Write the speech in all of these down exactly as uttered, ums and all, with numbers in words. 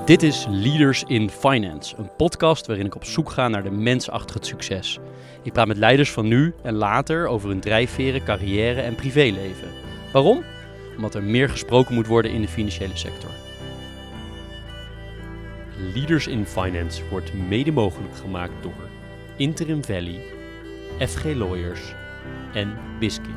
Dit is Leaders in Finance, een podcast waarin ik op zoek ga naar de mens achter het succes. Ik praat met leiders van nu en later over hun drijfveren, carrière en privéleven. Waarom? Omdat er meer gesproken moet worden in de financiële sector. Leaders in Finance wordt mede mogelijk gemaakt door Interim Valley, F G Lawyers en Biscuit.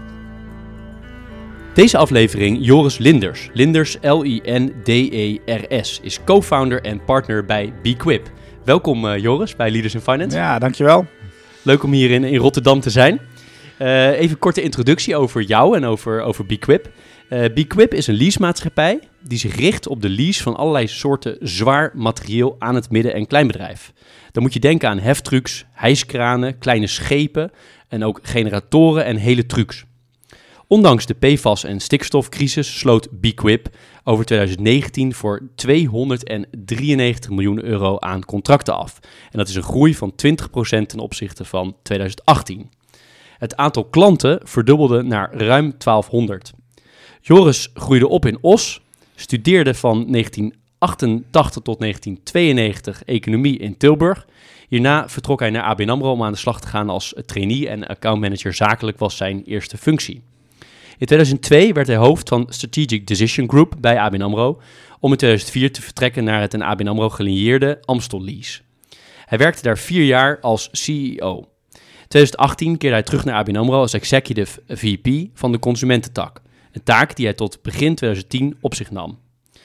Deze aflevering Joris Linders, Linders L I N D E R S, is co-founder en partner bij Bequip. Welkom uh, Joris bij Leaders in Finance. Ja, dankjewel. Leuk om hier in, in Rotterdam te zijn. Uh, even een korte introductie over jou en over, over Bequip. Uh, Bequip is een leasemaatschappij die zich richt op de lease van allerlei soorten zwaar materieel aan het midden- en kleinbedrijf. Dan moet je denken aan heftrucks, hijskranen, kleine schepen en ook generatoren en hele trucks. Ondanks de P F A S- en stikstofcrisis sloot Bequip over twintig negentien voor tweehonderddrieënnegentig miljoen euro aan contracten af. En dat is een groei van twintig procent ten opzichte van twintig achttien. Het aantal klanten verdubbelde naar ruim twaalfhonderd. Joris groeide op in Os, studeerde van negentien achtentachtig tot negentien tweeënnegentig economie in Tilburg. Hierna vertrok hij naar A B N AMRO om aan de slag te gaan als trainee en accountmanager zakelijk was zijn eerste functie. In tweeduizend twee werd hij hoofd van Strategic Decision Group bij A B N AMRO om in tweeduizend vier te vertrekken naar het in A B N AMRO gelieerde Amstel Lease. Hij werkte daar vier jaar als C E O. In tweeduizend achttien keerde hij terug naar A B N AMRO als Executive V P van de consumententak, een taak die hij tot begin tweeduizend tien op zich nam.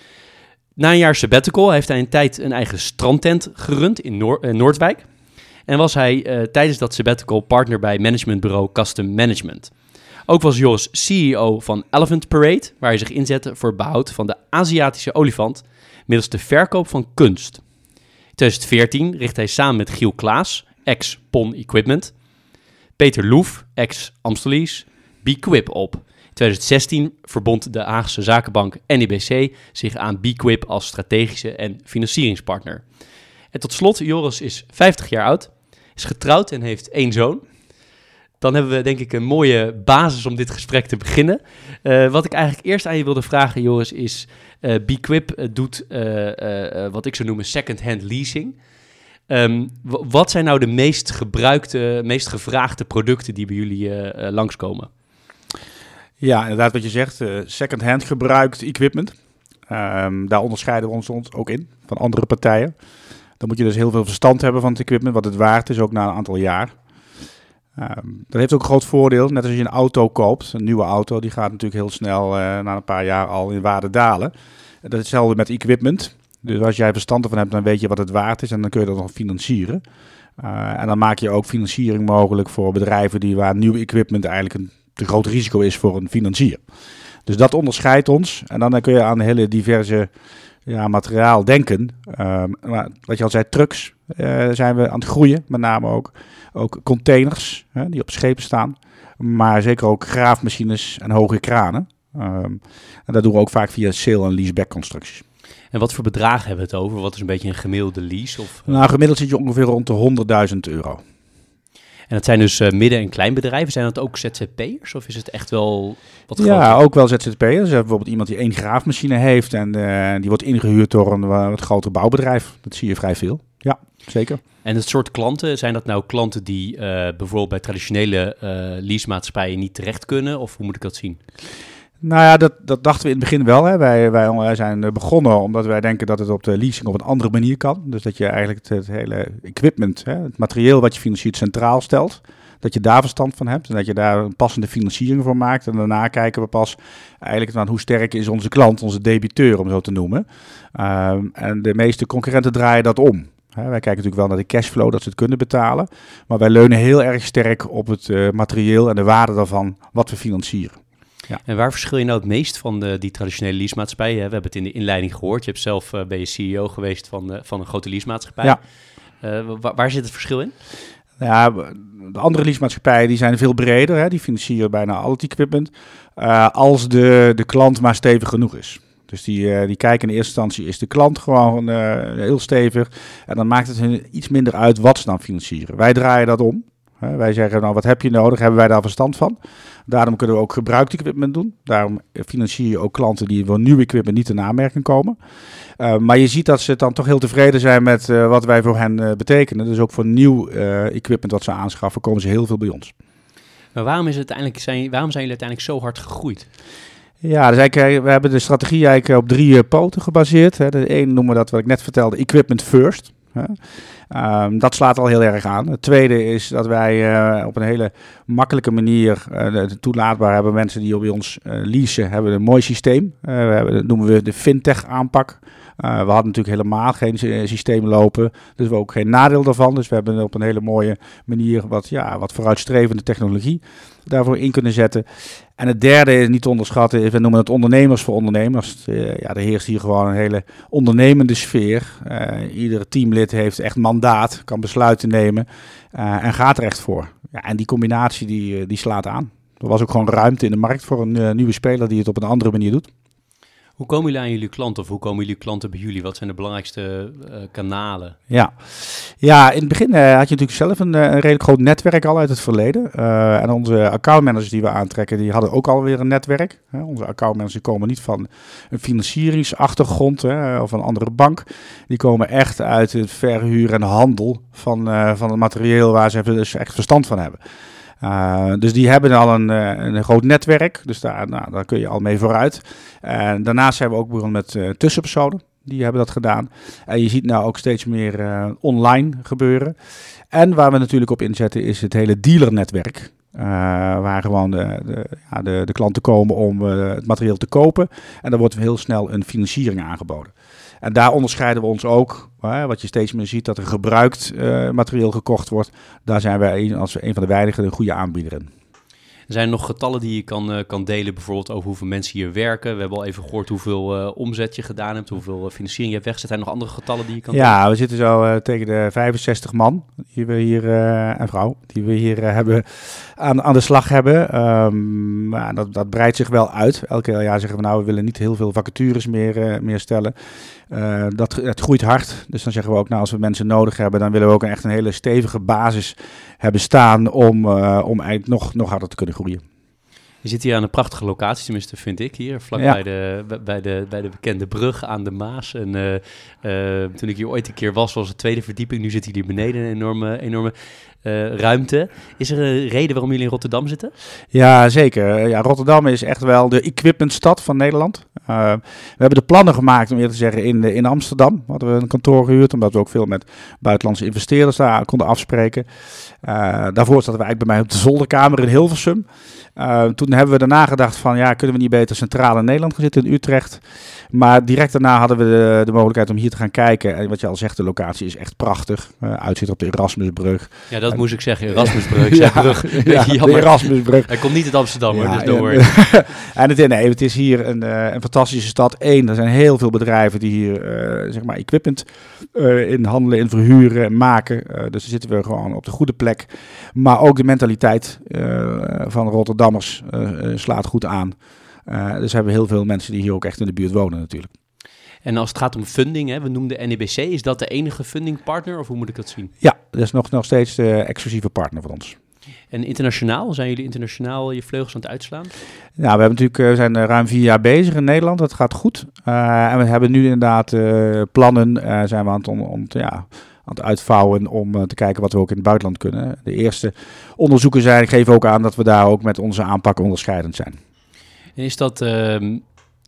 Na een jaar sabbatical heeft hij een tijd een eigen strandtent gerund in Noor- uh, Noordwijk en was hij uh, tijdens dat sabbatical partner bij managementbureau Custom Management. Ook was Joris C E O van Elephant Parade, waar hij zich inzette voor het behoud van de Aziatische olifant middels de verkoop van kunst. In tweeduizend veertien richtte hij samen met Giel Klaas, ex-Pon Equipment, Peter Loef, ex-Amstellease, Bequip op. In tweeduizend zestien verbond de Haagse zakenbank N I B C zich aan Bequip als strategische en financieringspartner. En tot slot, Joris is vijftig jaar oud, is getrouwd en heeft één zoon. Dan hebben we denk ik een mooie basis om dit gesprek te beginnen. Uh, wat ik eigenlijk eerst aan je wilde vragen, Joris, is uh, Bequip uh, doet uh, uh, uh, wat ik zou noemen second-hand leasing. Um, w- wat zijn nou de meest gebruikte, meest gevraagde producten die bij jullie uh, uh, langskomen? Ja, inderdaad wat je zegt, uh, second-hand gebruikt equipment. Um, daar onderscheiden we ons, ons ook in van andere partijen. Dan moet je dus heel veel verstand hebben van het equipment, wat het waard is, ook na een aantal jaar. Um, dat heeft ook een groot voordeel, net als je een auto koopt, een nieuwe auto, die gaat natuurlijk heel snel uh, na een paar jaar al in waarde dalen. Dat is hetzelfde met equipment. Dus als jij verstand ervan hebt, dan weet je wat het waard is en dan kun je dat nog financieren. Uh, en dan maak je ook financiering mogelijk voor bedrijven die waar nieuw equipment eigenlijk een te groot risico is voor een financier. Dus dat onderscheidt ons en dan kun je aan hele diverse ja, materiaal denken. Um, maar wat je al zei, trucks uh, zijn we aan het groeien, met name ook. Ook containers hè, die op schepen staan, maar zeker ook graafmachines en hoge kranen. Um, en dat doen we ook vaak via sale- en leaseback constructies. En wat voor bedragen hebben we het over? Wat is een beetje een gemiddelde lease? Of, uh... Nou, gemiddeld zit je ongeveer rond de honderdduizend euro. En dat zijn dus uh, midden- en kleinbedrijven. Zijn dat ook Z Z P'ers of is het echt wel wat groter? Ja, ook wel Z Z P'ers. Dus bijvoorbeeld iemand die één graafmachine heeft en uh, die wordt ingehuurd door een uh, wat groter bouwbedrijf. Dat zie je vrij veel. Ja, zeker. En het soort klanten, zijn dat nou klanten die uh, bijvoorbeeld bij traditionele uh, leasemaatschappijen niet terecht kunnen? Of hoe moet ik dat zien? Nou ja, dat, dat dachten we in het begin wel. Hè. Wij, wij, wij zijn begonnen omdat wij denken dat het op de leasing op een andere manier kan. Dus dat je eigenlijk het, het hele equipment, hè, het materieel wat je financiert centraal stelt. Dat je daar verstand van hebt en dat je daar een passende financiering voor maakt. En daarna kijken we pas eigenlijk naar hoe sterk is onze klant, onze debiteur om zo te noemen. Um, en de meeste concurrenten draaien dat om. He, wij kijken natuurlijk wel naar de cashflow, dat ze het kunnen betalen. Maar wij leunen heel erg sterk op het uh, materieel en de waarde daarvan wat we financieren. Ja. En waar verschil je nou het meest van de, die traditionele leasemaatschappijen? We hebben het in de inleiding gehoord. Je hebt zelf uh, ben je C E O geweest van, uh, van een grote leasemaatschappij. Ja. Uh, waar, waar zit het verschil in? Ja, de andere leasemaatschappijen die zijn veel breder. Hè? Die financieren bijna al het equipment. Uh, als de, de klant maar stevig genoeg is. Dus die, uh, die kijken in eerste instantie, is de klant gewoon uh, heel stevig. En dan maakt het hun iets minder uit wat ze dan financieren. Wij draaien dat om. Hè, wij zeggen, nou, wat heb je nodig? Hebben wij daar verstand van? Daarom kunnen we ook gebruikt equipment doen. Daarom financier je ook klanten die voor nieuw equipment niet in aanmerking komen. Uh, maar je ziet dat ze dan toch heel tevreden zijn met uh, wat wij voor hen uh, betekenen. Dus ook voor nieuw uh, equipment wat ze aanschaffen, komen ze heel veel bij ons. Maar waarom, is het uiteindelijk, zijn, waarom zijn jullie uiteindelijk zo hard gegroeid? Ja, dus eigenlijk, we hebben de strategie eigenlijk op drie uh, poten gebaseerd. Hè. De ene noemen we dat, wat ik net vertelde, equipment first. Hè. Um, dat slaat al heel erg aan. Het tweede is dat wij uh, op een hele makkelijke manier uh, toelaatbaar hebben. Mensen die bij ons uh, leasen, hebben een mooi systeem. Uh, we hebben, dat noemen we de fintech aanpak. Uh, we hadden natuurlijk helemaal geen systeem lopen, dus we ook geen nadeel daarvan. Dus we hebben op een hele mooie manier wat, ja, wat vooruitstrevende technologie daarvoor in kunnen zetten. En het derde is niet te onderschatten, is, we noemen het ondernemers voor ondernemers. Uh, ja, er heerst hier gewoon een hele ondernemende sfeer. Uh, iedere teamlid heeft echt mandaat, kan besluiten nemen uh, en gaat er echt voor. Ja, en die combinatie die, die slaat aan. Er was ook gewoon ruimte in de markt voor een uh, nieuwe speler die het op een andere manier doet. Hoe komen jullie aan jullie klanten of hoe komen jullie klanten bij jullie? Wat zijn de belangrijkste uh, kanalen? Ja. ja, in het begin uh, had je natuurlijk zelf een, een redelijk groot netwerk al uit het verleden. Uh, en onze accountmanagers die we aantrekken, die hadden ook alweer een netwerk. Uh, onze accountmanagers die komen niet van een financieringsachtergrond uh, of een andere bank. Die komen echt uit het verhuur en handel van, uh, van het materieel waar ze dus echt verstand van hebben. Uh, dus die hebben al een, een groot netwerk, dus daar, nou, daar kun je al mee vooruit. En daarnaast zijn we ook begonnen met uh, tussenpersonen, die hebben dat gedaan. En je ziet nou ook steeds meer uh, online gebeuren. En waar we natuurlijk op inzetten is het hele dealernetwerk. Uh, waar gewoon de, de, ja, de, de klanten komen om uh, het materieel te kopen. En dan wordt heel snel een financiering aangeboden. En daar onderscheiden we ons ook, hè, wat je steeds meer ziet, dat er gebruikt uh, materieel gekocht wordt. Daar zijn wij als een van de weinigen een goede aanbieder in. Zijn er nog getallen die je kan, uh, kan delen, bijvoorbeeld over hoeveel mensen hier werken? We hebben al even gehoord hoeveel uh, omzet je gedaan hebt, hoeveel uh, financiering je hebt weggezet. Zijn er nog andere getallen die je kan ja, delen? We zitten zo uh, tegen de vijfenzestig man die we hier, uh, en vrouw, die we hier uh, hebben aan, aan de slag hebben. Um, maar dat, dat breidt zich wel uit. Elke jaar zeggen we nou, we willen niet heel veel vacatures meer, uh, meer stellen. Uh, dat, het groeit hard, dus dan zeggen we ook, nou, als we mensen nodig hebben, dan willen we ook een, echt een hele stevige basis hebben staan om, uh, om eigenlijk nog, nog harder te kunnen groeien. Je zit hier aan een prachtige locatie, tenminste vind ik hier, vlak ja. bij, de, bij, de, bij de bekende brug aan de Maas. En uh, uh, toen ik hier ooit een keer was, was het tweede verdieping. Nu zit hier beneden een enorme, enorme uh, ruimte. Is er een reden waarom jullie in Rotterdam zitten? Ja, zeker. Ja, Rotterdam is echt wel de equipmentstad van Nederland. Uh, we hebben de plannen gemaakt, om eerder te zeggen, in, in Amsterdam. Hadden we een kantoor gehuurd, omdat we ook veel met buitenlandse investeerders daar konden afspreken. Uh, daarvoor zaten we eigenlijk bij mij op de zolderkamer in Hilversum. Uh, toen hebben we daarna gedacht van, ja, kunnen we niet beter centraal in Nederland gaan zitten in Utrecht. Maar direct daarna hadden we de, de mogelijkheid om hier te gaan kijken. En wat je al zegt, de locatie is echt prachtig. Uh, uitzicht op de Erasmusbrug. Ja, dat en, moest ik zeggen. Erasmusbrug. ja, brug. Ja, de Erasmusbrug. Hij komt niet uit Amsterdam, ja, hoor, dus don't worry. En het, nee, het is hier een, uh, een fantastische stad. Eén, er zijn heel veel bedrijven die hier uh, zeg maar equipment uh, in handelen, in verhuren en maken. Uh, dus dan zitten we gewoon op de goede plek. Maar ook de mentaliteit uh, van Rotterdammers uh, slaat goed aan. Uh, dus hebben we heel veel mensen die hier ook echt in de buurt wonen natuurlijk. En als het gaat om funding, hè, we noemden N E B C, is dat de enige fundingpartner of hoe moet ik dat zien? Ja, dat is nog, nog steeds de exclusieve partner van ons. En internationaal, zijn jullie internationaal je vleugels aan het uitslaan? Nou, we hebben natuurlijk, we zijn ruim vier jaar bezig in Nederland, dat gaat goed. Uh, en we hebben nu inderdaad uh, plannen, uh, zijn we aan het, om, om, ja, aan het uitvouwen om uh, te kijken wat we ook in het buitenland kunnen. De eerste onderzoeken zijn, geven ook aan dat we daar ook met onze aanpak onderscheidend zijn. En is dat, um,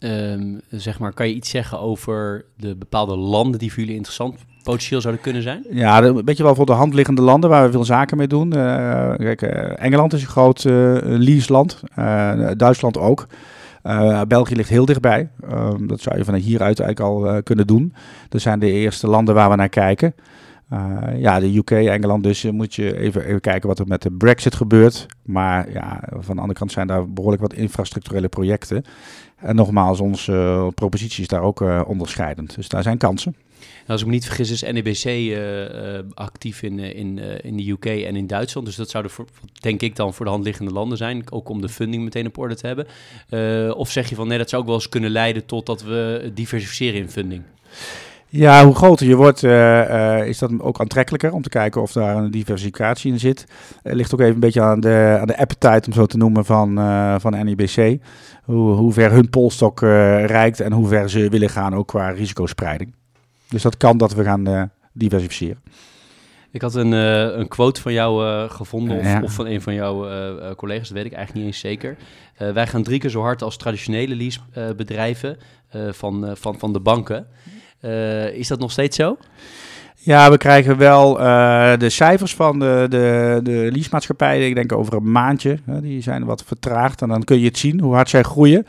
um, zeg maar, kan je iets zeggen over de bepaalde landen die voor jullie interessant potentieel zouden kunnen zijn? Ja, een beetje wel voor de hand liggende landen waar we veel zaken mee doen. Uh, kijk, uh, Engeland is een groot uh, leaseland, uh, Duitsland ook. Uh, België ligt heel dichtbij. Uh, dat zou je van hieruit eigenlijk al uh, kunnen doen. Dat zijn de eerste landen waar we naar kijken. Uh, ja, de U K, Engeland, dus uh, moet je even, even kijken wat er met de Brexit gebeurt. Maar ja, van de andere kant zijn daar behoorlijk wat infrastructurele projecten. En nogmaals, onze uh, propositie is daar ook uh, onderscheidend. Dus daar zijn kansen. Nou, als ik me niet vergis is N E B C uh, uh, actief in, uh, in, uh, in de U K en in Duitsland. Dus dat zouden, voor, denk ik, dan voor de hand liggende landen zijn. Ook om de funding meteen op orde te hebben. Uh, of zeg je van nee, dat zou ook wel eens kunnen leiden tot dat we diversificeren in funding? Ja, hoe groter je wordt, uh, uh, is dat ook aantrekkelijker om te kijken of daar een diversificatie in zit. Het uh, ligt ook even een beetje aan de, aan de appetite, om zo te noemen, van, uh, van N I B C. Hoe, hoe ver hun polstok uh, reikt en hoe ver ze willen gaan, ook qua risicospreiding. Dus dat kan dat we gaan uh, diversificeren. Ik had een, uh, een quote van jou uh, gevonden, of, ja. of van een van jouw uh, collega's, dat weet ik eigenlijk niet eens zeker. Uh, wij gaan drie keer zo hard als traditionele leasebedrijven uh, van, uh, van, van de banken. Uh, is dat nog steeds zo? Ja, we krijgen wel uh, de cijfers van de, de, de leasemaatschappijen, ik denk over een maandje. Hè, die zijn wat vertraagd en dan kun je het zien, hoe hard zij groeien.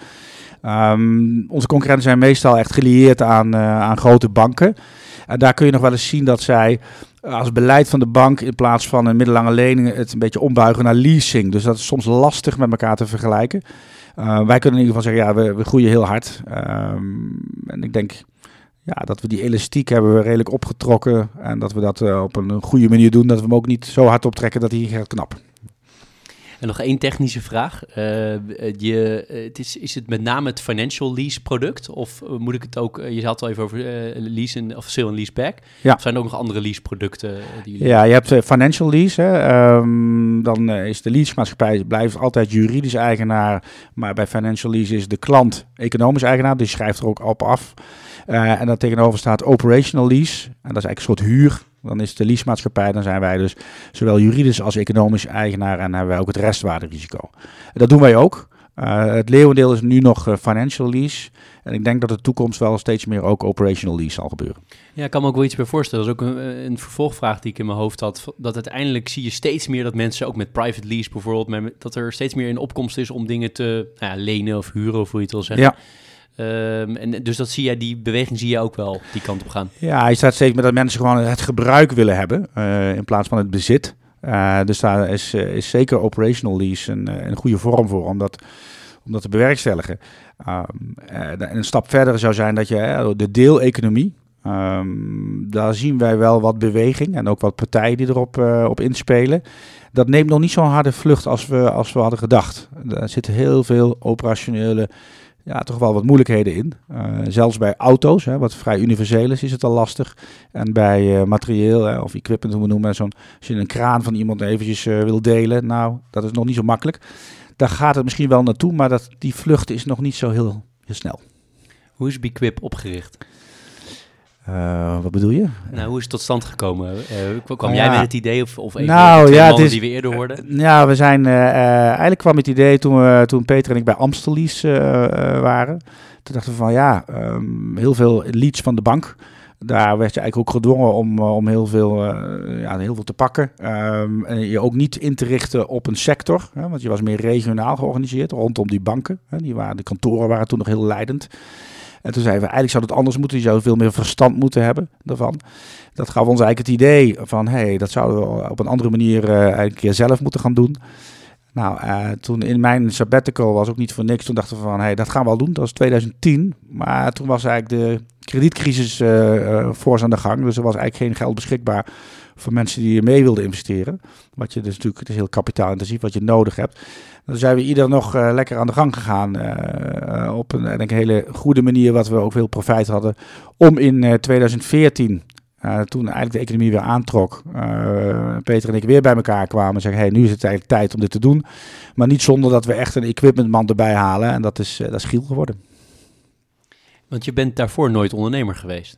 Um, onze concurrenten zijn meestal echt gelieerd aan, uh, aan grote banken. En daar kun je nog wel eens zien dat zij als beleid van de bank in plaats van een middellange lening het een beetje ombuigen naar leasing. Dus dat is soms lastig met elkaar te vergelijken. Uh, wij kunnen in ieder geval zeggen, ja, we, we groeien heel hard. Um, en ik denk ja, dat we die elastiek hebben we redelijk opgetrokken. En dat we dat uh, op een goede manier doen. Dat we hem ook niet zo hard optrekken dat hij gaat knappen. En nog één technische vraag. Uh, je, het is, is het met name het financial lease product? Of uh, moet ik het ook, uh, je had het al even over uh, lease en, of sale en lease back. Ja. Of zijn er ook nog andere lease producten? Uh, die jullie... Ja, je hebt uh, financial lease. Hè. Um, dan uh, is de leasemaatschappij blijft altijd juridisch eigenaar. Maar bij financial lease is de klant economisch eigenaar. Dus schrijft er ook op af. Uh, en dan tegenover staat operational lease. En dat is eigenlijk een soort huur. Dan is de leasemaatschappij, dan zijn wij dus zowel juridisch als economisch eigenaar en hebben wij ook het restwaarderisico. En dat doen wij ook. Uh, het leeuwendeel is nu nog uh, financial lease. En ik denk dat in de toekomst wel steeds meer ook operational lease zal gebeuren. Ja, ik kan me ook wel iets bij voorstellen. Dat is ook een, een vervolgvraag die ik in mijn hoofd had. Dat uiteindelijk zie je steeds meer dat mensen ook met private lease bijvoorbeeld, met, dat er steeds meer in opkomst is om dingen te nou ja, lenen of huren of hoe je het wil zeggen. Ja. Um, en dus dat zie jij, die beweging zie je ook wel die kant op gaan. Ja, je staat steeds meer dat mensen gewoon het gebruik willen hebben uh, in plaats van het bezit. Uh, dus daar is, uh, is zeker operational lease een, een goede vorm voor om dat, om dat te bewerkstelligen. Um, uh, en een stap verder zou zijn dat je uh, de deeleconomie, um, daar zien wij wel wat beweging en ook wat partijen die erop uh, op inspelen. Dat neemt nog niet zo'n harde vlucht als we, als we hadden gedacht. Er zitten heel veel operationele ja, toch wel wat moeilijkheden in. Uh, zelfs bij auto's, hè, wat vrij universeel is, is het al lastig. En bij uh, materieel hè, of equipment, hoe we noemen, zo'n, als je een kraan van iemand eventjes uh, wil delen, nou, dat is nog niet zo makkelijk. Daar gaat het misschien wel naartoe, maar dat, die vlucht is nog niet zo heel, heel snel. Hoe is BeQuip opgericht? Uh, wat bedoel je? Nou, hoe is het tot stand gekomen? Uh, kwam uh, jij ja. met het idee of, of een nou, van de ja, mannen is, die we eerder hoorden? Uh, ja, we zijn... Uh, uh, eigenlijk kwam het idee toen, we, toen Peter en ik bij Amstel Lease uh, uh, waren. Toen dachten we van ja, um, heel veel leads van de bank. Daar werd je eigenlijk ook gedwongen om, uh, om heel, veel, uh, ja, heel veel te pakken. Um, en je ook niet in te richten op een sector. Hè, want je was meer regionaal georganiseerd rondom die banken. Hè, die waren, de kantoren waren toen nog heel leidend. En toen zeiden we, eigenlijk zou het anders moeten. Je zou veel meer verstand moeten hebben daarvan. Dat gaf ons eigenlijk het idee van, hé, hey, dat zouden we op een andere manier uh, eigenlijk een keer zelf moeten gaan doen. Nou, uh, toen in mijn sabbatical was ook niet voor niks. Toen dachten we van, hé, hey, dat gaan we al doen. Dat was twintig tien. Maar toen was eigenlijk de kredietcrisis uh, uh, fors aan de gang. Dus er was eigenlijk geen geld beschikbaar voor mensen die mee wilden investeren. Wat je dus natuurlijk, het is heel kapitaalintensief wat je nodig hebt. Dan zijn we ieder nog uh, lekker aan de gang gegaan. Uh, uh, op een, denk ik, hele goede manier, wat we ook veel profijt hadden. Om in uh, twintig veertien, uh, toen eigenlijk de economie weer aantrok, uh, Peter en ik weer bij elkaar kwamen en zeggen, hey, nu is het eigenlijk tijd om dit te doen. Maar niet zonder dat we echt een equipmentman erbij halen. En dat is, uh, dat is Giel geworden. Want je bent daarvoor nooit ondernemer geweest.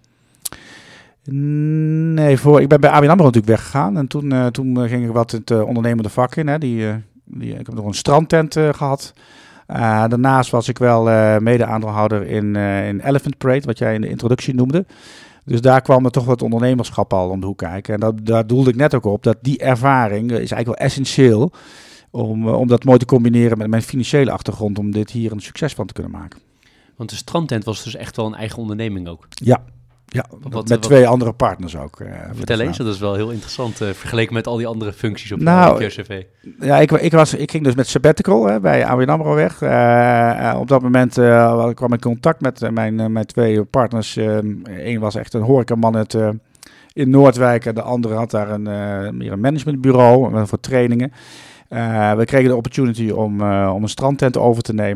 Nee, voor, ik ben bij A B N AMRO natuurlijk weggegaan. En toen, uh, toen ging ik wat het uh, ondernemende vak in. Hè. Die, uh, die, ik heb nog een strandtent uh, gehad. Uh, daarnaast was ik wel uh, mede-aandeelhouder in, uh, in Elephant Parade, wat jij in de introductie noemde. Dus daar kwam er toch wat ondernemerschap al om de hoek kijken. En dat, daar doelde ik net ook op, dat die ervaring uh, is eigenlijk wel essentieel om, uh, om dat mooi te combineren met mijn financiële achtergrond, om dit hier een succes van te kunnen maken. Want de strandtent was dus echt wel een eigen onderneming ook. Ja. Ja, wat, met wat, twee andere partners ook. Uh, vertel eens, dat is wel heel interessant uh, vergeleken met al die andere functies op nou, je cv. Ja, ik, ik, was, ik ging dus met sabbatical hè, bij A B N AMRO weg. Uh, uh, op dat moment uh, kwam ik in contact met uh, mijn, uh, mijn twee partners. Eén uh, was echt een horecaman uit, uh, in Noordwijk en de andere had daar een, uh, meer een managementbureau uh, voor trainingen. Uh, we kregen de opportunity om, uh, om een strandtent over te nemen.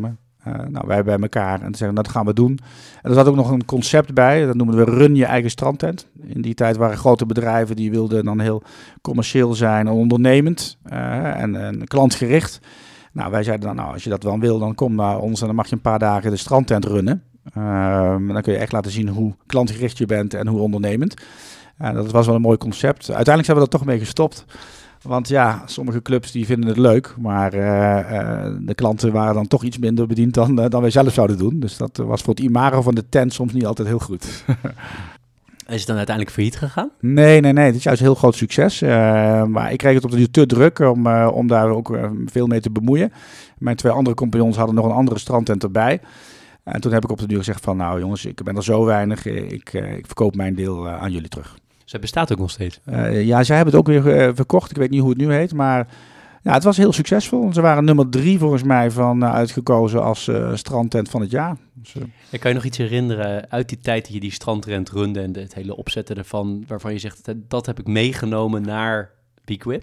Uh, nou, wij bij elkaar en zeggen, nou, dat gaan we doen. En er zat ook nog een concept bij, dat noemen we run je eigen strandtent. In die tijd waren grote bedrijven die wilden dan heel commercieel zijn en ondernemend uh, en, en klantgericht. Nou, wij zeiden dan, nou, als je dat wel wil, dan kom naar ons en dan mag je een paar dagen de strandtent runnen. Uh, dan kun je echt laten zien hoe klantgericht je bent en hoe ondernemend. Uh, dat was wel een mooi concept. Uiteindelijk zijn we er toch mee gestopt. Want ja, sommige clubs die vinden het leuk, maar uh, uh, de klanten waren dan toch iets minder bediend dan, uh, dan wij zelf zouden doen. Dus dat was voor het imago van de tent soms niet altijd heel goed. Is het dan uiteindelijk failliet gegaan? Nee, nee, nee. Het is juist een heel groot succes. Uh, maar ik kreeg het op de duur te druk om, uh, om daar ook uh, veel mee te bemoeien. Mijn twee andere compagnons hadden nog een andere strandtent erbij. En toen heb ik op de duur gezegd van, nou jongens, ik ben er zo weinig. Ik, uh, ik verkoop mijn deel uh, aan jullie terug. Zij bestaat ook nog steeds? Uh, ja, zij hebben het ook weer uh, verkocht. Ik weet niet hoe het nu heet, maar ja, het was heel succesvol. Ze waren nummer drie volgens mij van uh, uitgekozen als uh, strandtent van het jaar. Dus, uh... En kan je nog iets herinneren uit die tijd dat je die strandtent runde en de, het hele opzetten ervan, waarvan je zegt, dat heb ik meegenomen naar BeQuip?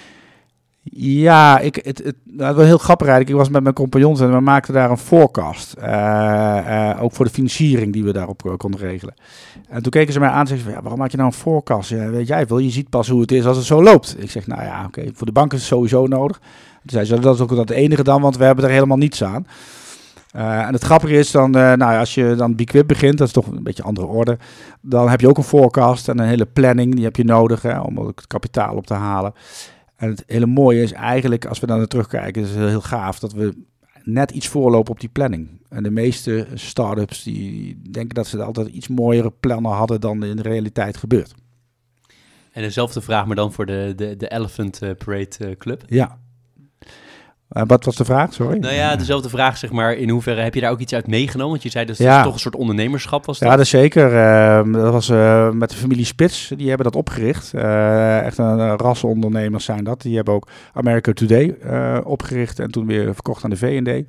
Ja, ik, het, het, het was heel grappig eigenlijk. Ik was met mijn compagnons en we maakten daar een forecast. Uh, uh, ook voor de financiering die we daarop uh, konden regelen. En toen keken ze mij aan en zeiden, ja, waarom maak je nou een forecast? Ja, weet jij wel, je ziet pas hoe het is als het zo loopt. Ik zeg, nou ja, oké, okay, voor de bank is het sowieso nodig. Toen zei ze, dat is ook het enige dan, want we hebben er helemaal niets aan. Uh, en het grappige is dan, uh, nou ja, als je dan BeQuip begint, dat is toch een beetje een andere orde. Dan heb je ook een forecast en een hele planning, die heb je nodig hè, om het kapitaal op te halen. En het hele mooie is eigenlijk, als we dan naar terugkijken, is het heel gaaf dat we net iets voorlopen op die planning. En de meeste start-ups die denken dat ze altijd iets mooiere plannen hadden dan in de realiteit gebeurt. En dezelfde vraag, maar dan voor de, de, de Elephant Parade Club. Ja. Uh, wat was de vraag? Sorry. Nou ja, dezelfde vraag, zeg maar. In hoeverre heb je daar ook iets uit meegenomen? Want je zei dat het ja. toch een soort ondernemerschap was. Dat? Ja, dat zeker. Uh, dat was uh, met de familie Spits. Die hebben dat opgericht. Uh, echt een uh, rassenondernemers zijn dat. Die hebben ook America Today uh, opgericht en toen weer verkocht aan de V en D.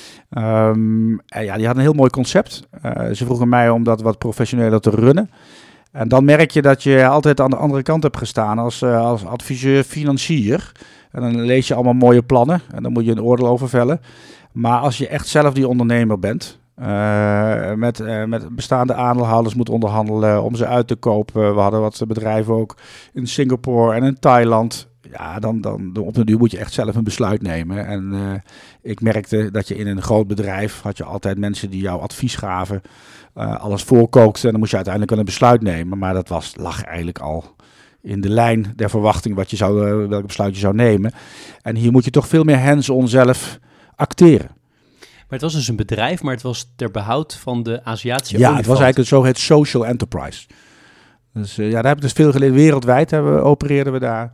Um, en ja, die hadden een heel mooi concept. Uh, ze vroegen mij om dat wat professioneler te runnen. En dan merk je dat je altijd aan de andere kant hebt gestaan als, uh, als adviseur financier. En dan lees je allemaal mooie plannen en dan moet je een oordeel over vellen. Maar als je echt zelf die ondernemer bent, uh, met, uh, met bestaande aandeelhouders moet onderhandelen om ze uit te kopen. We hadden wat bedrijven ook in Singapore en in Thailand. Ja, dan, dan, dan op de duur moet je echt zelf een besluit nemen. En uh, ik merkte dat je in een groot bedrijf had je altijd mensen die jou advies gaven. Uh, alles voorkookten en dan moest je uiteindelijk wel een besluit nemen. Maar dat was, lag eigenlijk al in de lijn der verwachting wat je zou, uh, welk besluit je zou nemen. En hier moet je toch veel meer hands-on zelf acteren. Maar het was dus een bedrijf, maar het was ter behoud van de Aziatische Ja, olifant. het was eigenlijk zo het social enterprise. Dus uh, ja, daar heb ik dus veel geleerd. Wereldwijd hebben we, opereerden we daar.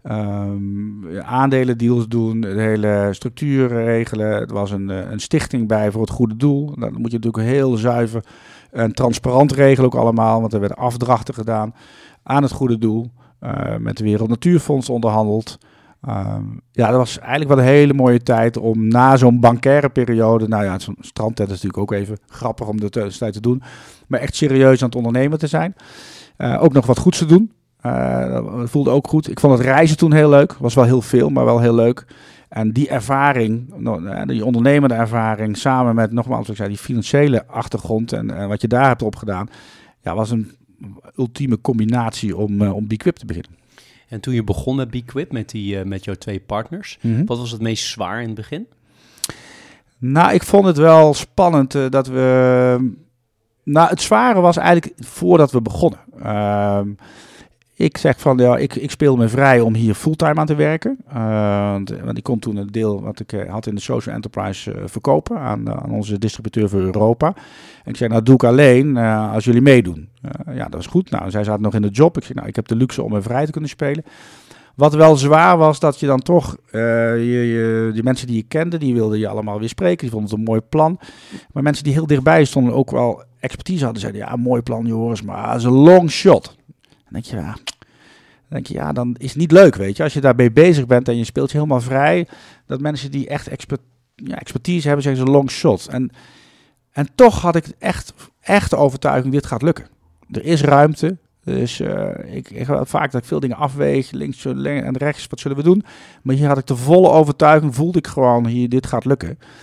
Um, aandelendeals doen, de hele structuur regelen. Er was een, een stichting bij voor het goede doel. Dat moet je natuurlijk heel zuiver en transparant regelen ook allemaal. Want er werden afdrachten gedaan aan het goede doel. Uh, met de Wereld Natuurfonds onderhandeld. Um, ja, dat was eigenlijk wel een hele mooie tijd om na zo'n bankaire periode... Nou ja, zo'n strandtent is natuurlijk ook even grappig om dat tijd te doen. Maar echt serieus aan het ondernemen te zijn. Uh, ook nog wat goeds te doen. Uh, dat voelde ook goed. Ik vond het reizen toen heel leuk. Was wel heel veel, maar wel heel leuk. En die ervaring, die ondernemende ervaring, samen met nogmaals, wat ik zei, die financiële achtergrond en uh, wat je daar hebt opgedaan, ja, was een ultieme combinatie om, uh, om BeQuip te beginnen. En toen je begon met BeQuip, met, die, uh, met jouw twee partners, mm-hmm. wat was het meest zwaar in het begin? Nou, ik vond het wel spannend uh, dat we... Nou, het zware was eigenlijk voordat we begonnen. Uh, Ik zeg van, ja, ik, ik speel me vrij om hier fulltime aan te werken. Uh, want ik kon toen een deel wat ik uh, had in de social enterprise uh, verkopen aan, uh, aan onze distributeur voor Europa. En ik zei, nou doe ik alleen uh, als jullie meedoen. Uh, ja, dat was goed. Nou, zij zaten nog in de job. Ik zei, nou, ik heb de luxe om me vrij te kunnen spelen. Wat wel zwaar was, dat je dan toch, uh, je, je, die mensen die je kende, die wilden je allemaal weer spreken. Die vonden het een mooi plan. Maar mensen die heel dichtbij stonden, ook wel expertise hadden, zeiden, ja, mooi plan Joris, maar het is een long shot. Dan denk je, ja, dan denk je, ja, dan is het niet leuk, weet je. Als je daarbij bezig bent en je speelt je helemaal vrij, dat mensen die echt expert, ja, expertise hebben, zeggen ze long shot. En, en toch had ik echt, echt de overtuiging, dit gaat lukken. Er is ruimte. Dus uh, ik, ik vaak dat ik veel dingen afweeg, links en rechts, wat zullen we doen? Maar hier had ik de volle overtuiging, voelde ik gewoon, hier, dit gaat lukken.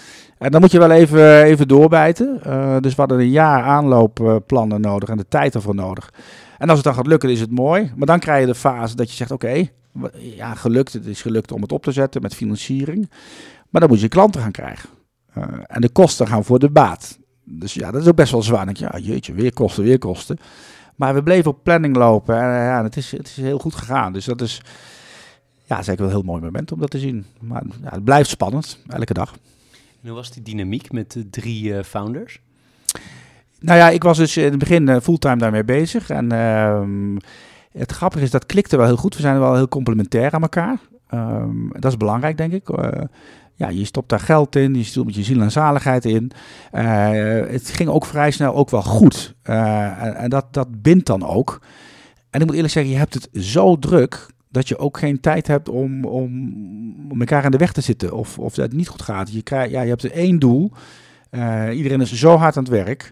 En dan moet je wel even, even doorbijten. Uh, dus we hadden een jaar aanloopplannen nodig en de tijd ervoor nodig. En als het dan gaat lukken, is het mooi. Maar dan krijg je de fase dat je zegt, oké, okay, ja, gelukt. Het is gelukt om het op te zetten met financiering. Maar dan moet je klanten gaan krijgen. Uh, en de kosten gaan voor de baat. Dus ja, dat is ook best wel zwaar. Dan denk je, ja, jeetje, weer kosten, weer kosten. Maar we bleven op planning lopen. En uh, ja, het is, het is heel goed gegaan. Dus dat is, ja, is eigenlijk wel een heel mooi moment om dat te zien. Maar ja, het blijft spannend, elke dag. En hoe was die dynamiek met de drie uh, founders? Nou ja, ik was dus in het begin uh, fulltime daarmee bezig. En uh, het grappige is, dat klikte wel heel goed. We zijn wel heel complementair aan elkaar. Um, dat is belangrijk, denk ik. Uh, ja, je stopt daar geld in, je stopt met je ziel en zaligheid in. Uh, het ging ook vrij snel ook wel goed. Uh, en en dat, dat bindt dan ook. En ik moet eerlijk zeggen, je hebt het zo druk dat je ook geen tijd hebt om, om, om elkaar in de weg te zitten. Of, of dat het niet goed gaat. Je, krijg, ja, je hebt er één doel. Uh, iedereen is zo hard aan het werk.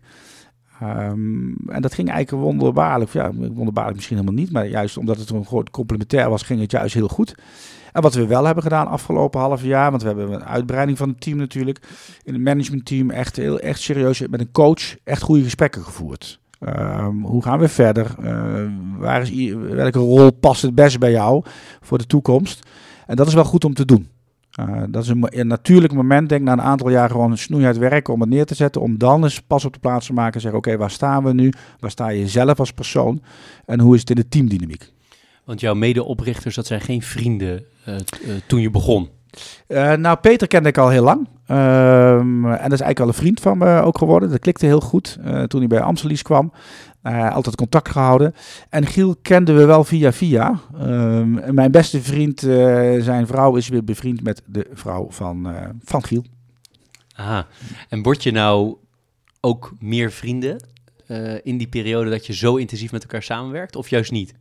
Um, en dat ging eigenlijk wonderbaarlijk. Ja, wonderbaarlijk misschien helemaal niet. Maar juist omdat het een groot complementair was, ging het juist heel goed. En wat we wel hebben gedaan afgelopen half jaar, want we hebben een uitbreiding van het team natuurlijk. In het managementteam echt, heel, echt serieus met een coach echt goede gesprekken gevoerd. Um, hoe gaan we verder? Uh, waar is, welke rol past het best bij jou voor de toekomst? En dat is wel goed om te doen. Uh, dat is een, een natuurlijk moment, denk ik, na een aantal jaar gewoon een snoeihard werken om het neer te zetten. Om dan eens pas op de plaats te maken en zeggen, oké, okay, waar staan we nu? Waar sta je zelf als persoon? En hoe is het in de teamdynamiek? Want jouw medeoprichters, dat zijn geen vrienden uh, t- uh, toen je begon. Uh, nou, Peter kende ik al heel lang. Um, en dat is eigenlijk wel een vriend van me ook geworden. Dat klikte heel goed uh, toen hij bij Amselies kwam. Uh, altijd contact gehouden. En Giel kenden we wel via via. Um, mijn beste vriend, uh, zijn vrouw, is weer bevriend met de vrouw van, uh, van Giel. Aha. En word je nou ook meer vrienden uh, in die periode dat je zo intensief met elkaar samenwerkt? Of juist niet?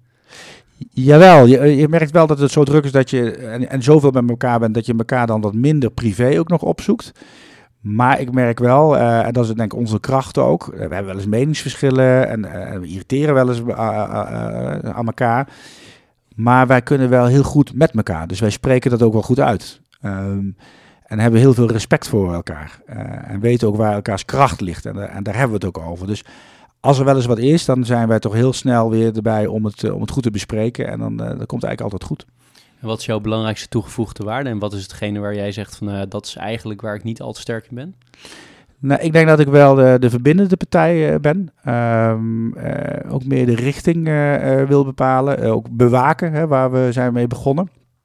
Jawel, je, je merkt wel dat het zo druk is dat je en, en zoveel met elkaar bent dat je elkaar dan wat minder privé ook nog opzoekt. Maar ik merk wel, uh, en dat is denk ik onze kracht ook, we hebben wel eens meningsverschillen en uh, we irriteren wel eens uh, uh, uh, aan elkaar. Maar wij kunnen wel heel goed met elkaar, dus wij spreken dat ook wel goed uit. Um, en hebben heel veel respect voor elkaar. Uh, en weten ook waar elkaars kracht ligt en, uh, en daar hebben we het ook over. Dus als er wel eens wat is, dan zijn wij toch heel snel weer erbij om het, uh, om het goed te bespreken. En dan uh, dat komt het eigenlijk altijd goed. En wat is jouw belangrijkste toegevoegde waarde? En wat is hetgene waar jij zegt van uh, dat is eigenlijk waar ik niet al te sterk in ben? Nou, ik denk dat ik wel de, de verbindende partij uh, ben. Um, uh, ook meer de richting uh, uh, wil bepalen. Uh, ook bewaken, hè, waar we zijn mee begonnen.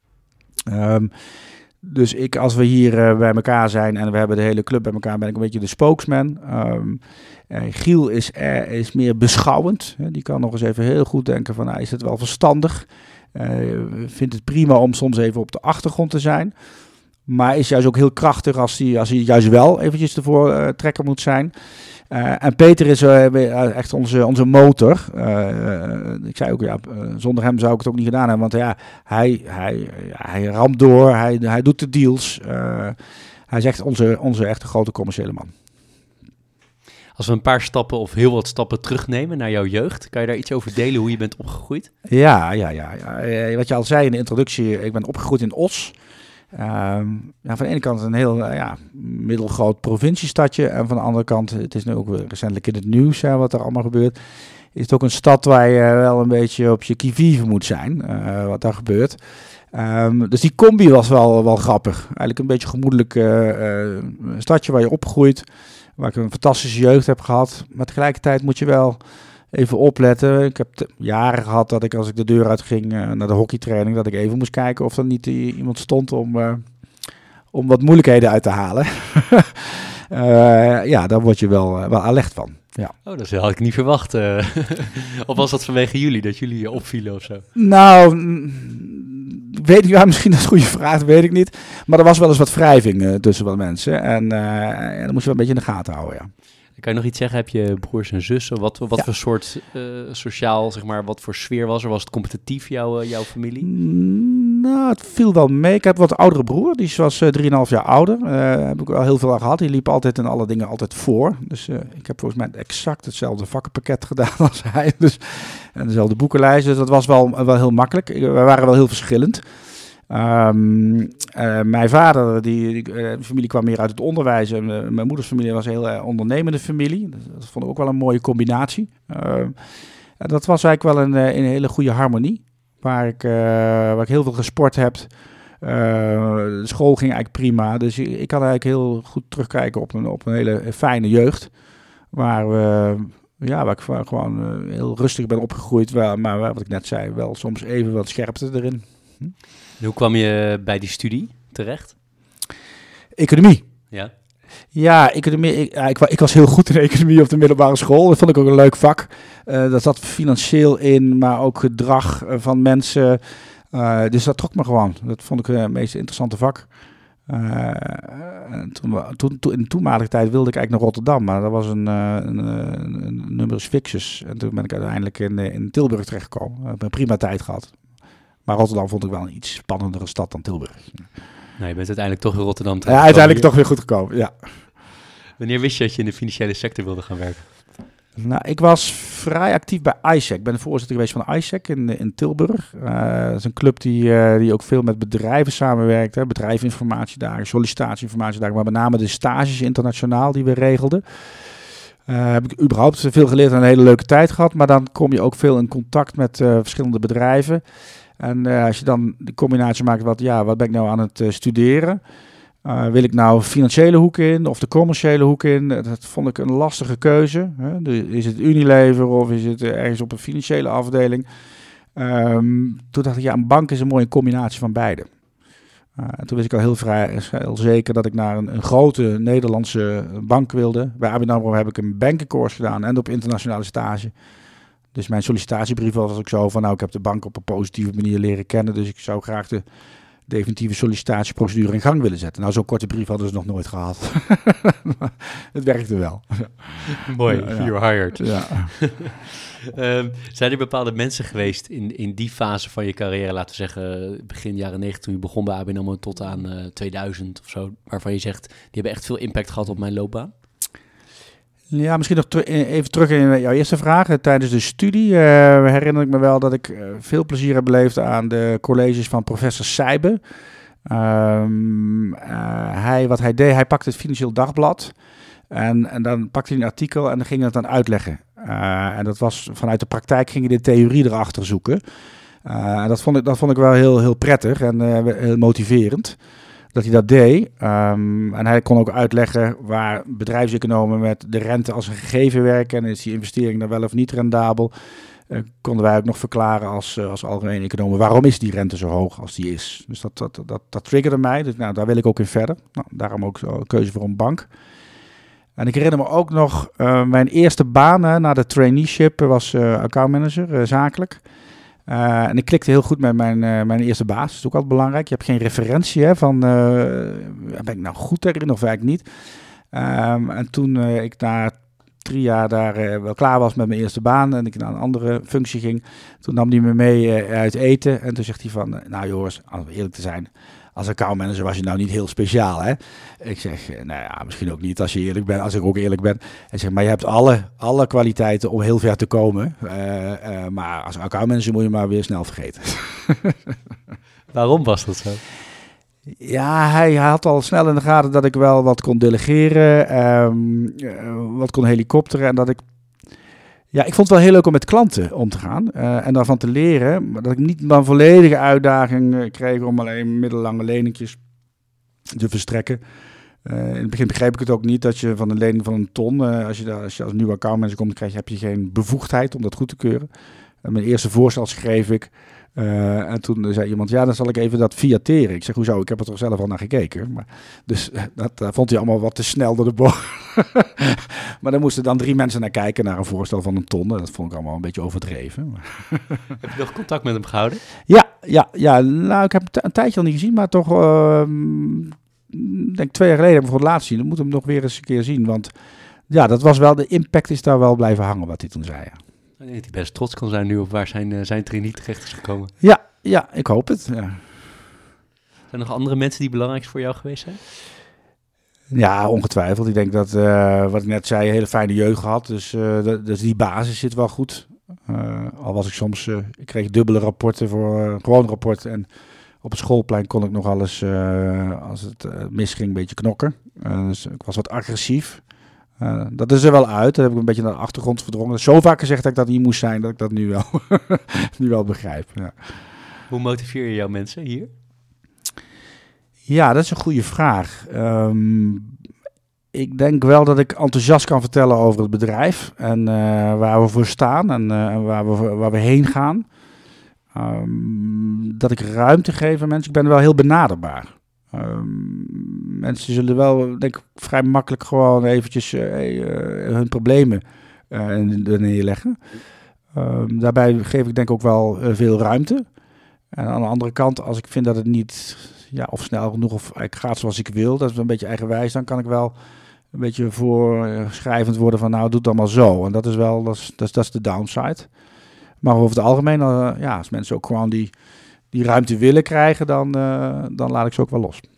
Um, dus ik, als we hier uh, bij elkaar zijn en we hebben de hele club bij elkaar, ben ik een beetje de spokesman. Um, uh, Giel is, uh, is meer beschouwend. Hè. Die kan nog eens even heel goed denken van, nou, is het wel verstandig? Uh, vindt het prima om soms even op de achtergrond te zijn. Maar is juist ook heel krachtig als hij als hij juist wel eventjes ervoor uh, trekker moet zijn. Uh, en Peter is uh, echt onze, onze motor. Uh, uh, ik zei ook, ja, uh, zonder hem zou ik het ook niet gedaan hebben. Want ja, hij, hij, ja, hij ramt door, hij, hij doet de deals. Uh, hij is echt onze, onze echte grote commerciële man. Als we een paar stappen of heel wat stappen terugnemen naar jouw jeugd, kan je daar iets over delen hoe je bent opgegroeid? Ja, ja, ja, ja. Wat je al zei in de introductie, ik ben opgegroeid in Os. Um, ja, van de ene kant een heel uh, ja, middelgroot provinciestadje. En van de andere kant, het is nu ook weer recentelijk in het nieuws hè, wat er allemaal gebeurt. Is het ook een stad waar je wel een beetje op je qui-vive moet zijn, uh, wat daar gebeurt. Um, dus die combi was wel, wel grappig. Eigenlijk een beetje gemoedelijk uh, uh, stadje waar je opgroeit. Waar ik een fantastische jeugd heb gehad. Maar tegelijkertijd moet je wel even opletten. Ik heb t- jaren gehad dat ik als ik de deur uit ging uh, naar de hockeytraining, dat ik even moest kijken of er niet uh, iemand stond om, uh, om wat moeilijkheden uit te halen. uh, ja, daar word je wel, uh, wel alert van. Ja. Oh, dat had ik niet verwacht. Uh. Of was dat vanwege jullie, dat jullie je opvielen of zo? Nou, weet ik, ja, misschien dat is een goede vraag, weet ik niet. Maar er was wel eens wat wrijving uh, tussen wat mensen. En uh, dan moest je wel een beetje in de gaten houden, ja. Kan je nog iets zeggen? Heb je broers en zussen? Wat, wat ja. voor soort uh, sociaal, zeg maar, wat voor sfeer was er? Was het competitief, jouw, uh, jouw familie? Mm, nou, het viel wel mee. Ik heb een wat oudere broer, die was uh, drieënhalf jaar ouder. Daar uh, heb ik wel heel veel aan gehad. Die liep altijd in alle dingen altijd voor. Dus uh, ik heb volgens mij exact hetzelfde vakkenpakket gedaan als hij. Dus, en dezelfde boekenlijst. Dus dat was wel, wel heel makkelijk. We waren wel heel verschillend. Um, uh, mijn vader, die, die uh, familie kwam meer uit het onderwijs. En uh, mijn moeders familie was een heel uh, ondernemende familie. Dat, dat vond ik ook wel een mooie combinatie. Uh, dat was eigenlijk wel een, een hele goede harmonie. Waar ik, uh, waar ik heel veel gesport heb. Uh, de school ging eigenlijk prima. Dus ik, ik kan eigenlijk heel goed terugkijken op een, op een hele fijne jeugd. Waar we... Ja, waar ik gewoon uh, heel rustig ben opgegroeid. Wel, maar wat ik net zei, wel soms even wat scherpte erin. Hm? Hoe kwam je bij die studie terecht? Economie. Ja. Ja, economie. Ik, ja, ik, ik was heel goed in economie op de middelbare school. Dat vond ik ook een leuk vak. Uh, dat zat financieel in, maar ook gedrag van mensen. Uh, dus dat trok me gewoon. Dat vond ik het meest interessante vak. Uh, toen, toen, toen, in de toenmalige tijd wilde ik eigenlijk naar Rotterdam, maar dat was een, uh, een, een, een numerus fixus. En toen ben ik uiteindelijk in, in Tilburg terechtgekomen. Ik heb een prima tijd gehad. Maar Rotterdam vond ik wel een iets spannendere stad dan Tilburg. Nou, je bent uiteindelijk toch in Rotterdam terecht. Ja, uiteindelijk toch weer goed gekomen, ja. Wanneer wist je dat je in de financiële sector wilde gaan werken? Nou, ik was vrij actief bij I S E C. Ik ben de voorzitter geweest van I S E C in, in Tilburg. Uh, dat is een club die, uh, die ook veel met bedrijven samenwerkt. Hè. Bedrijfinformatiedagen, sollicitatieinformatiedagen, maar met name de stages internationaal die we regelden. Uh, heb ik überhaupt veel geleerd en een hele leuke tijd gehad. Maar dan kom je ook veel in contact met uh, verschillende bedrijven. En uh, als je dan de combinatie maakt, wat, ja, wat ben ik nou aan het uh, studeren? Uh, wil ik nou financiële hoek in of de commerciële hoek in? Dat vond ik een lastige keuze. Hè? De, is het Unilever of is het ergens op een financiële afdeling? Um, toen dacht ik, ja, een bank is een mooie combinatie van beide. Uh, en toen wist ik al heel, vrij, heel zeker dat ik naar een, een grote Nederlandse bank wilde. Bij A B N AMRO heb ik een bankencourse gedaan en op internationale stage. Dus mijn sollicitatiebrief was ook zo van, nou, ik heb de bank op een positieve manier leren kennen. Dus ik zou graag de definitieve sollicitatieprocedure in gang willen zetten. Nou, zo'n korte brief hadden ze nog nooit gehad. Het werkte wel. Mooi, ja, ja. You're hired. Ja. um, zijn er bepaalde mensen geweest in, in die fase van je carrière, laten we zeggen begin jaren negentig, toen je begon bij A B N AMRO tot aan uh, tweeduizend of zo, waarvan je zegt, die hebben echt veel impact gehad op mijn loopbaan? Ja, misschien nog ter- even terug in jouw eerste vraag. Tijdens de studie uh, herinner ik me wel dat ik uh, veel plezier heb beleefd aan de colleges van professor Seibe. Um, uh, hij, wat hij deed, hij pakte het Financieel Dagblad en, en dan pakte hij een artikel en dan ging hij het dan uitleggen. Uh, en dat was vanuit de praktijk, ging hij de theorie erachter zoeken. Uh, en dat vond ik, dat vond ik wel heel, heel prettig en uh, heel motiverend. Dat hij dat deed. Um, en hij kon ook uitleggen waar bedrijfseconomen met de rente als een gegeven werken. En is die investering dan wel of niet rendabel. Uh, konden wij ook nog verklaren als, uh, als algemene economen. Waarom is die rente zo hoog als die is? Dus dat, dat, dat, dat triggerde mij. Dus nou, daar wil ik ook in verder. Nou, daarom ook zo een keuze voor een bank. En ik herinner me ook nog uh, mijn eerste baan hè, na de traineeship was uh, accountmanager, uh, zakelijk. Uh, en ik klikte heel goed met mijn, uh, mijn eerste baas. Dat is ook altijd belangrijk. Je hebt geen referentie hè, van, uh, ben ik nou goed erin of eigenlijk niet. Um, en toen uh, ik na drie jaar daar uh, wel klaar was met mijn eerste baan en ik naar een andere functie ging, toen nam hij me mee uh, uit eten. En toen zegt hij van, uh, nou Joris, om eerlijk te zijn, als accountmanager was je nou niet heel speciaal, hè? Ik zeg, uh, nou ja, misschien ook niet als je eerlijk bent, als ik ook eerlijk ben. Hij zegt, maar je hebt alle, alle kwaliteiten om heel ver te komen. Uh, uh, maar als accountmanager moet je maar weer snel vergeten. Waarom was dat zo? Ja, hij had al snel in de gaten dat ik wel wat kon delegeren, um, uh, wat kon helikopteren en dat ik... Ja, ik vond het wel heel leuk om met klanten om te gaan uh, en daarvan te leren. Maar dat ik niet een volledige uitdaging uh, kreeg om alleen middellange leningjes te verstrekken. Uh, in het begin begreep ik het ook niet dat je van een lening van een ton, uh, als, je daar, als je als nieuwe accountmanager komt, krijg je, heb je geen bevoegdheid om dat goed te keuren. Uh, mijn eerste voorstel schreef ik. Uh, en toen zei iemand, ja, dan zal ik even dat fiateren. Ik zeg, hoezo? Ik heb er toch zelf al naar gekeken. Maar, dus dat uh, vond hij allemaal wat te snel door de bocht. Maar dan moesten dan drie mensen naar kijken, naar een voorstel van een ton. Dat vond ik allemaal een beetje overdreven. Heb je nog contact met hem gehouden? Ja, ja, ja. Nou, ik heb hem t- een tijdje al niet gezien, maar toch, uh, denk twee jaar geleden heb ik hem voor het laatst zien. Dan moet hem nog weer eens een keer zien, want ja, dat was wel, de impact is daar wel blijven hangen, wat hij toen zei. Ja. Ik denk dat hij best trots kan zijn nu op waar zijn, uh, zijn trainee terecht is gekomen. Ja, ja, ik hoop het. Ja. Zijn er nog andere mensen die belangrijk voor jou geweest zijn? Ja, ongetwijfeld. Ik denk dat, uh, wat ik net zei, een hele fijne jeugd gehad. Dus, uh, dat, dus die basis zit wel goed. Uh, al was ik soms, uh, ik kreeg dubbele rapporten voor uh, gewoon rapport en op het schoolplein kon ik nog alles, uh, als het uh, misging, een beetje knokken. Uh, dus ik was wat agressief. Uh, dat is er wel uit. Dat heb ik een beetje naar de achtergrond verdrongen. Zo vaak gezegd dat ik dat niet moest zijn, dat ik dat nu wel, nu wel begrijp. Ja. Hoe motiveer je jouw mensen hier? Ja, dat is een goede vraag. Um, ik denk wel dat ik enthousiast kan vertellen over het bedrijf en uh, waar we voor staan en uh, waar, we, waar we heen gaan. Um, dat ik ruimte geef aan mensen. Ik ben wel heel benaderbaar. Um, mensen zullen wel, denk ik, vrij makkelijk gewoon eventjes uh, hey, uh, hun problemen uh, neerleggen. Um, daarbij geef ik denk ik ook wel uh, veel ruimte. En aan de andere kant, als ik vind dat het niet ja, of snel genoeg of ik gaat zoals ik wil, dat is een beetje eigenwijs, dan kan ik wel een beetje voorschrijvend worden van nou, doe het dan maar zo. En dat is wel, dat is, dat is, dat is de downside. Maar over het algemeen, uh, ja, als mensen ook gewoon die, die ruimte willen krijgen, dan, uh, dan laat ik ze ook wel los.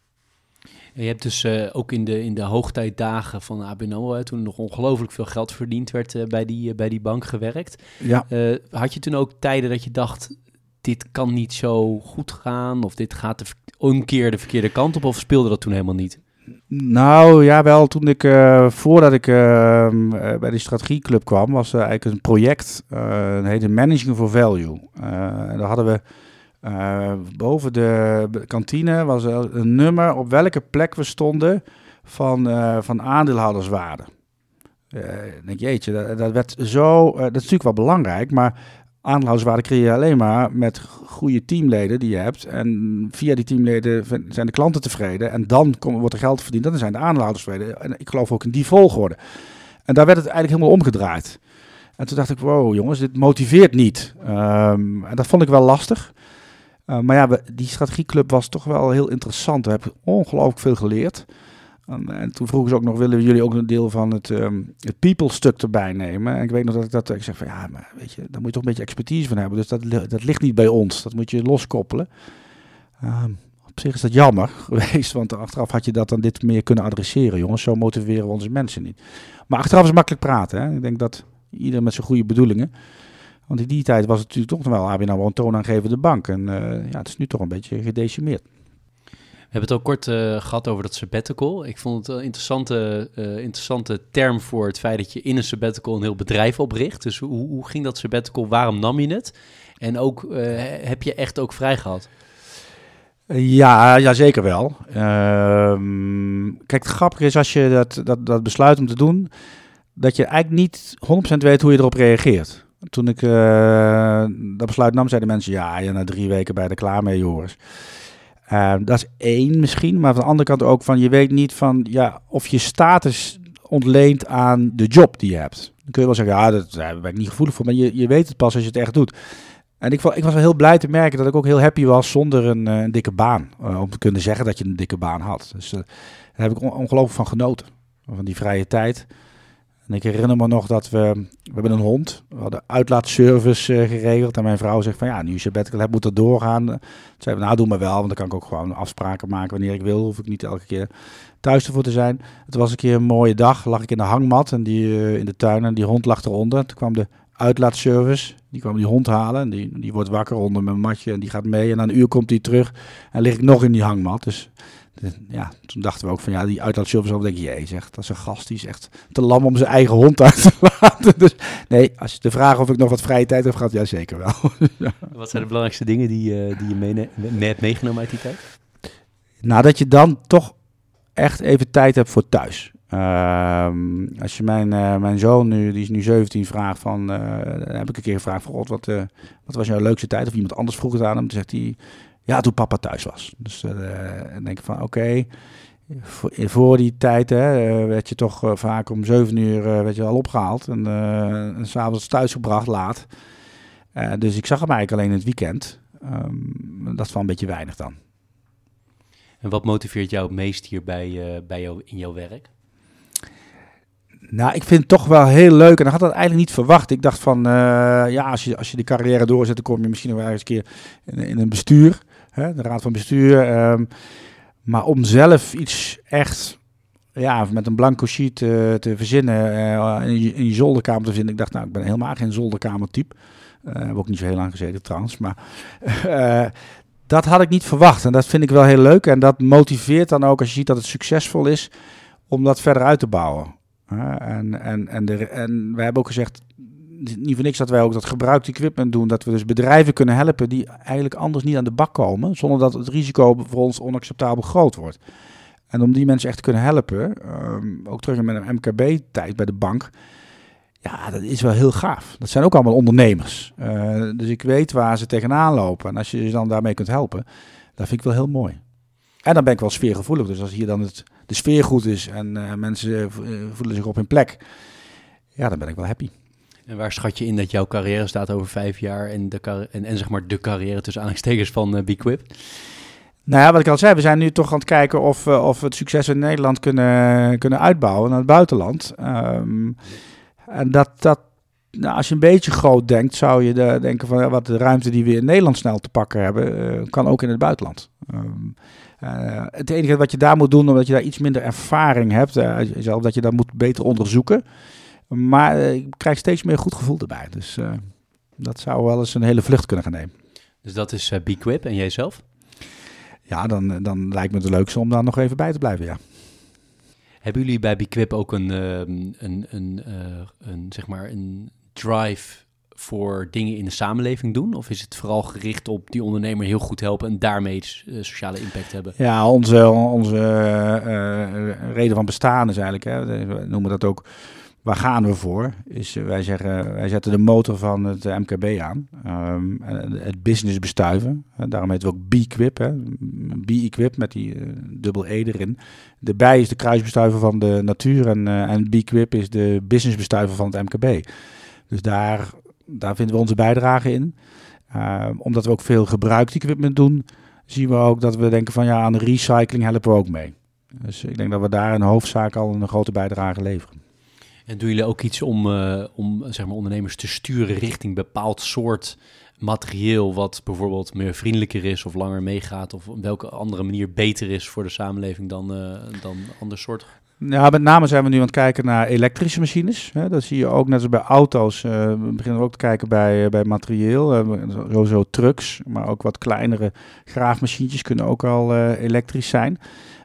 Je hebt dus uh, ook in de, in de hoogtijdagen van A B N AMRO, toen er nog ongelooflijk veel geld verdiend werd uh, bij, die, uh, bij die bank gewerkt. Ja. Uh, had je toen ook tijden dat je dacht, dit kan niet zo goed gaan of dit gaat de, een keer de verkeerde kant op, of speelde dat toen helemaal niet? Nou ja, wel toen ik, uh, voordat ik uh, bij de strategieclub kwam, was er eigenlijk een project, uh, dat heette Managing for Value. Uh, en daar hadden we uh, boven de kantine was er een nummer op welke plek we stonden van, uh, van aandeelhouderswaarde. Uh, ik denk, jeetje, dat, dat werd zo, uh, dat is natuurlijk wel belangrijk, maar aandeelhouderswaarde creëer je alleen maar met goede teamleden die je hebt. En via die teamleden zijn de klanten tevreden. En dan komt, wordt er geld verdiend. Dan zijn de aandeelhouders tevreden. En ik geloof ook in die volgorde. En daar werd het eigenlijk helemaal omgedraaid. En toen dacht ik, wow jongens, dit motiveert niet. Um, en dat vond ik wel lastig. Uh, maar ja, we, die strategieclub was toch wel heel interessant. We hebben ongelooflijk veel geleerd. Um, en toen vroegen ze ook nog, willen jullie ook een deel van het, um, het people-stuk erbij nemen? En ik weet nog dat ik dat, ik zeg van ja, maar weet je, daar moet je toch een beetje expertise van hebben. Dus dat, dat ligt niet bij ons, dat moet je loskoppelen. Um, op zich is dat jammer geweest, want achteraf had je dat dan dit meer kunnen adresseren, jongens. Zo motiveren we onze mensen niet. Maar achteraf is makkelijk praten, hè. Ik denk dat ieder met zijn goede bedoelingen. Want in die tijd was het natuurlijk toch nog wel A B N AMRO een toonaangevende bank. En uh, ja, het is nu toch een beetje gedecimeerd. We hebben het ook kort uh, gehad over dat sabbatical. Ik vond het een interessante, uh, interessante term voor het feit dat je in een sabbatical een heel bedrijf opricht. Dus hoe, hoe ging dat sabbatical? Waarom nam je het? En ook, uh, heb je echt ook vrij gehad? Ja, ja zeker wel. Uh, kijk, het grappige is als je dat, dat, dat besluit om te doen, dat je eigenlijk niet honderd procent weet hoe je erop reageert. Toen ik uh, dat besluit nam, zeiden mensen, ja, je na drie weken ben je er klaar mee, Joris. Uh, dat is één misschien, maar van de andere kant ook van, je weet niet van, ja, of je status ontleent aan de job die je hebt. Dan kun je wel zeggen, ja, dat, daar ben ik niet gevoelig voor, maar je, je weet het pas als je het echt doet. En ik, ik was wel heel blij te merken dat ik ook heel happy was zonder een, een dikke baan. Uh, om te kunnen zeggen dat je een dikke baan had. Dus uh, daar heb ik on- ongelooflijk van genoten, van die vrije tijd. En ik herinner me nog dat we, we hebben een hond, we hadden uitlaatservice uh, geregeld. En mijn vrouw zegt van ja, nu je sabbatical hebt, moet dat doorgaan. Toen zeiden we, nou doe maar wel, want dan kan ik ook gewoon afspraken maken wanneer ik wil. Hoef ik niet elke keer thuis ervoor te zijn. Het was een keer een mooie dag, lag ik in de hangmat en die, uh, in de tuin en die hond lag eronder. Toen kwam de uitlaatservice, die kwam die hond halen en die, die wordt wakker onder mijn matje en die gaat mee. En na een uur komt hij terug en lig ik nog in die hangmat, dus... Ja, toen dachten we ook van ja, die uitlaatservice, dan denk je, jee, zeg, dat is een gast, die is echt te lam om zijn eigen hond uit te laten. Dus nee, als je de vraag of ik nog wat vrije tijd heb gehad, ja, zeker wel. Ja. Wat zijn de belangrijkste dingen die, uh, die je mee, mee hebt meegenomen uit die tijd? Nou, dat je dan toch echt even tijd hebt voor thuis. Uh, als je mijn, uh, mijn zoon nu, die is nu zeventien, vraagt van, uh, dan heb ik een keer gevraagd van, God, wat, uh, wat was jouw leukste tijd? Of iemand anders vroeg het aan hem, toen zegt hij, ja, toen papa thuis was. Dus uh, dan denk ik van, oké, okay, voor, voor die tijd hè, uh, werd je toch uh, vaak om zeven uur uh, werd je al opgehaald. En, uh, en s'avonds thuisgebracht, laat. Uh, dus ik zag hem eigenlijk alleen in het weekend. Um, dat is wel een beetje weinig dan. En wat motiveert jou het meest hier bij, uh, bij jou, in jouw werk? Nou, ik vind het toch wel heel leuk. En ik had dat eigenlijk niet verwacht. Ik dacht van, uh, ja, als je, als je de carrière doorzet, dan kom je misschien nog wel eens een keer in, in een bestuur. Hè, de raad van bestuur. Um, maar om zelf iets echt, ja, met een blanco sheet uh, te verzinnen, uh, in, je, in je zolderkamer te verzinnen. Ik dacht, nou, ik ben helemaal geen zolderkamertype. Uh, heb ook niet zo heel lang gezeten trouwens. Maar uh, Dat had ik niet verwacht en dat vind ik wel heel leuk. En dat motiveert dan ook als je ziet dat het succesvol is om dat verder uit te bouwen. Uh, en, en, en, de, en wij hebben ook gezegd, niet voor niks dat wij ook dat gebruikt equipment doen. Dat we dus bedrijven kunnen helpen die eigenlijk anders niet aan de bak komen. Zonder dat het risico voor ons onacceptabel groot wordt. En om die mensen echt te kunnen helpen, um, ook terug in mijn M K B-tijd bij de bank. Ja, dat is wel heel gaaf. Dat zijn ook allemaal ondernemers. Uh, dus ik weet waar ze tegenaan lopen. En als je ze dan daarmee kunt helpen, dat vind ik wel heel mooi. En dan ben ik wel sfeergevoelig. Dus als hier dan het, de sfeer goed is en uh, mensen uh, voelen zich op hun plek, ja, dan ben ik wel happy. En waar schat je in dat jouw carrière staat over vijf jaar en, de car- en, en zeg maar de carrière tussen aanhalingstekens van uh, BeQuip? Nou ja, wat ik al zei, we zijn nu toch aan het kijken of, uh, of we het succes in Nederland kunnen, kunnen uitbouwen naar het buitenland. Um, en dat, dat nou, als je een beetje groot denkt, zou je de, denken van ja, wat de ruimte die we in Nederland snel te pakken hebben, uh, kan ook in het buitenland. Um, uh, het enige wat je daar moet doen, omdat je daar iets minder ervaring hebt, uh, is al dat je dat moet beter onderzoeken. Maar uh, ik krijg steeds meer goed gevoel erbij. Dus uh, dat zou wel eens een hele vlucht kunnen gaan nemen. Dus dat is uh, BeQuip en jijzelf? Ja, dan, dan lijkt me het leukste om daar nog even bij te blijven, ja. Hebben jullie bij BeQuip ook een, uh, een, een, uh, een, zeg maar een drive voor dingen in de samenleving doen? Of is het vooral gericht op die ondernemer heel goed helpen en daarmee uh, sociale impact hebben? Ja, onze, onze uh, reden van bestaan is eigenlijk, hè, we noemen dat ook, waar gaan we voor? Is, uh, wij zeggen, wij zetten de motor van het uh, M K B aan. Um, het business bestuiven. Uh, daarom heet het ook BeQuip. Hè. Be-equip met die uh, dubbel E erin. De bij is de kruisbestuiver van de natuur en, uh, en BeQuip is de business bestuiver van het M K B. Dus daar, daar vinden we onze bijdrage in. Uh, omdat we ook veel gebruikt equipment doen, zien we ook dat we denken van ja, aan de recycling helpen we ook mee. Dus ik denk dat we daar in hoofdzaak al een grote bijdrage leveren. En doen jullie ook iets om, uh, om zeg maar, ondernemers te sturen richting een bepaald soort materieel wat bijvoorbeeld meer vriendelijker is of langer meegaat of op welke andere manier beter is voor de samenleving dan, uh, dan ander soort? Ja, met name zijn we nu aan het kijken naar elektrische machines. Hè. Dat zie je ook net als bij auto's. Uh, we beginnen ook te kijken bij, uh, bij materieel. Uh, sowieso trucks, maar ook wat kleinere graafmachientjes kunnen ook al uh, elektrisch zijn.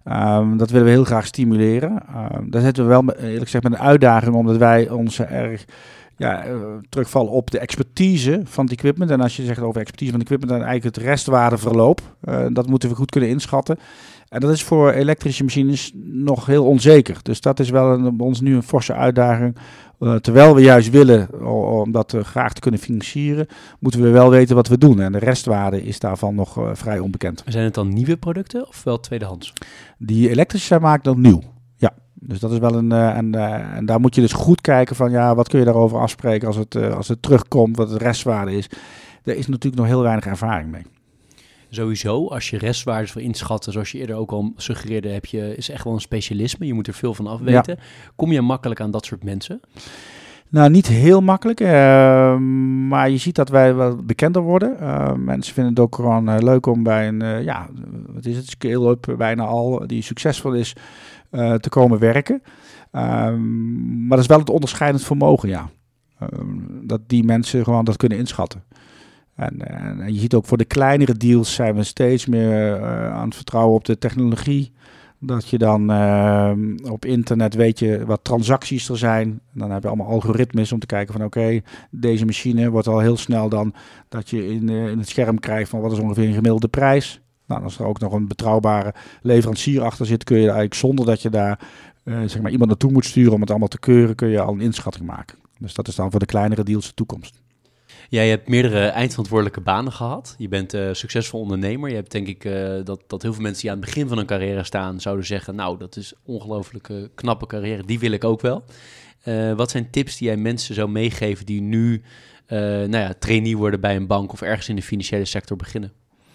Um, dat willen we heel graag stimuleren. Uh, daar zitten we wel, eerlijk gezegd, met een uitdaging, omdat wij ons erg ja, uh, terugvallen op de expertise van het equipment. En als je zegt over expertise van het equipment, dan eigenlijk het restwaardeverloop. Uh, dat moeten we goed kunnen inschatten. En dat is voor elektrische machines nog heel onzeker. Dus dat is wel een, bij ons nu een forse uitdaging. Uh, terwijl we juist willen, om dat uh, graag te kunnen financieren, moeten we wel weten wat we doen. En de restwaarde is daarvan nog uh, vrij onbekend. Zijn het dan nieuwe producten of wel tweedehands? Die elektrische zijn maken dan nieuw. Ja, dus dat is wel een... Uh, en, uh, en daar moet je dus goed kijken van, ja, wat kun je daarover afspreken als het, uh, als het terugkomt, wat de restwaarde is. Daar is natuurlijk nog heel weinig ervaring mee. Sowieso, als je restwaardes wil inschatten, zoals je eerder ook al suggereerde, heb je, is echt wel een specialisme. Je moet er veel van afweten. Ja. Kom je makkelijk aan dat soort mensen? Nou, niet heel makkelijk, uh, maar je ziet dat wij wel bekender worden. Uh, mensen vinden het ook gewoon uh, leuk om bij een, uh, ja, wat is het, scale-up bijna al, die succesvol is, uh, te komen werken. Uh, maar dat is wel het onderscheidend vermogen, ja. Uh, dat die mensen gewoon dat kunnen inschatten. En, en, en je ziet ook voor de kleinere deals zijn we steeds meer uh, aan het vertrouwen op de technologie. Dat je dan uh, op internet weet je wat transacties er zijn. En dan heb je allemaal algoritmes om te kijken van oké, okay, deze machine wordt al heel snel dan dat je in, uh, in het scherm krijgt van wat is ongeveer een gemiddelde prijs. Nou, als er ook nog een betrouwbare leverancier achter zit, kun je eigenlijk zonder dat je daar uh, zeg maar iemand naartoe moet sturen om het allemaal te keuren, kun je al een inschatting maken. Dus dat is dan voor de kleinere deals de toekomst. Ja, je hebt meerdere eindverantwoordelijke banen gehad. Je bent uh, succesvol ondernemer. Je hebt denk ik uh, dat, dat heel veel mensen die aan het begin van hun carrière staan zouden zeggen, nou, dat is een ongelooflijk uh, knappe carrière, die wil ik ook wel. Uh, wat zijn tips die jij mensen zou meegeven die nu uh, nou ja, trainee worden bij een bank of ergens in de financiële sector beginnen?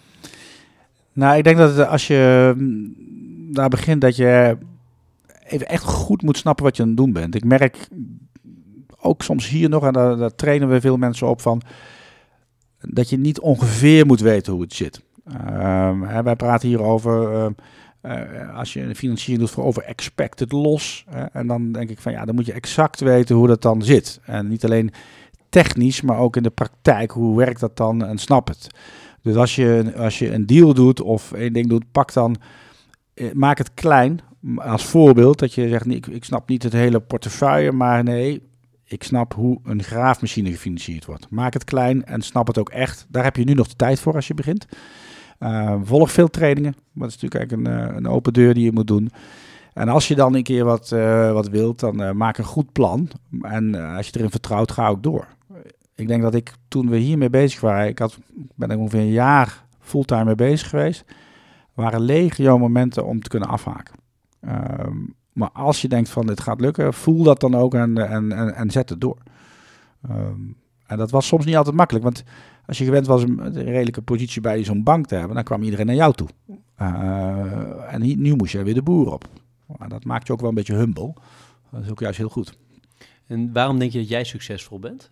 Nou, ik denk dat als je daar begint, dat je even echt goed moet snappen wat je aan het doen bent. Ik merk ook soms hier nog, en daar, daar trainen we veel mensen op van, dat je niet ongeveer moet weten hoe het zit. Um, hè, wij praten hier over, uh, uh, als je een financiering doet, voor over expected loss. Uh, en dan denk ik van, ja, dan moet je exact weten hoe dat dan zit. En niet alleen technisch, maar ook in de praktijk, hoe werkt dat dan en snap het. Dus als je, als je een deal doet of één ding doet, pak dan, eh, maak het klein. Als voorbeeld dat je zegt, nee, ik, ik snap niet het hele portefeuille, maar nee, ik snap hoe een graafmachine gefinancierd wordt. Maak het klein en snap het ook echt. Daar heb je nu nog de tijd voor als je begint. Uh, volg veel trainingen. Dat is natuurlijk eigenlijk een, een open deur die je moet doen. En als je dan een keer wat, uh, wat wilt, dan uh, maak een goed plan. En uh, als je erin vertrouwt, ga ook door. Ik denk dat ik, toen we hiermee bezig waren, ik had, ben er ongeveer een jaar fulltime mee bezig geweest, waren legio momenten om te kunnen afhaken. Um, maar als je denkt van dit gaat lukken, voel dat dan ook en, en, en, en zet het door. Um, en dat was soms niet altijd makkelijk, want als je gewend was een, een redelijke positie bij zo'n bank te hebben, dan kwam iedereen naar jou toe. Uh, en hier, nu moest je weer de boer op. Maar dat maakt je ook wel een beetje humble. Dat is ook juist heel goed. En waarom denk je dat jij succesvol bent?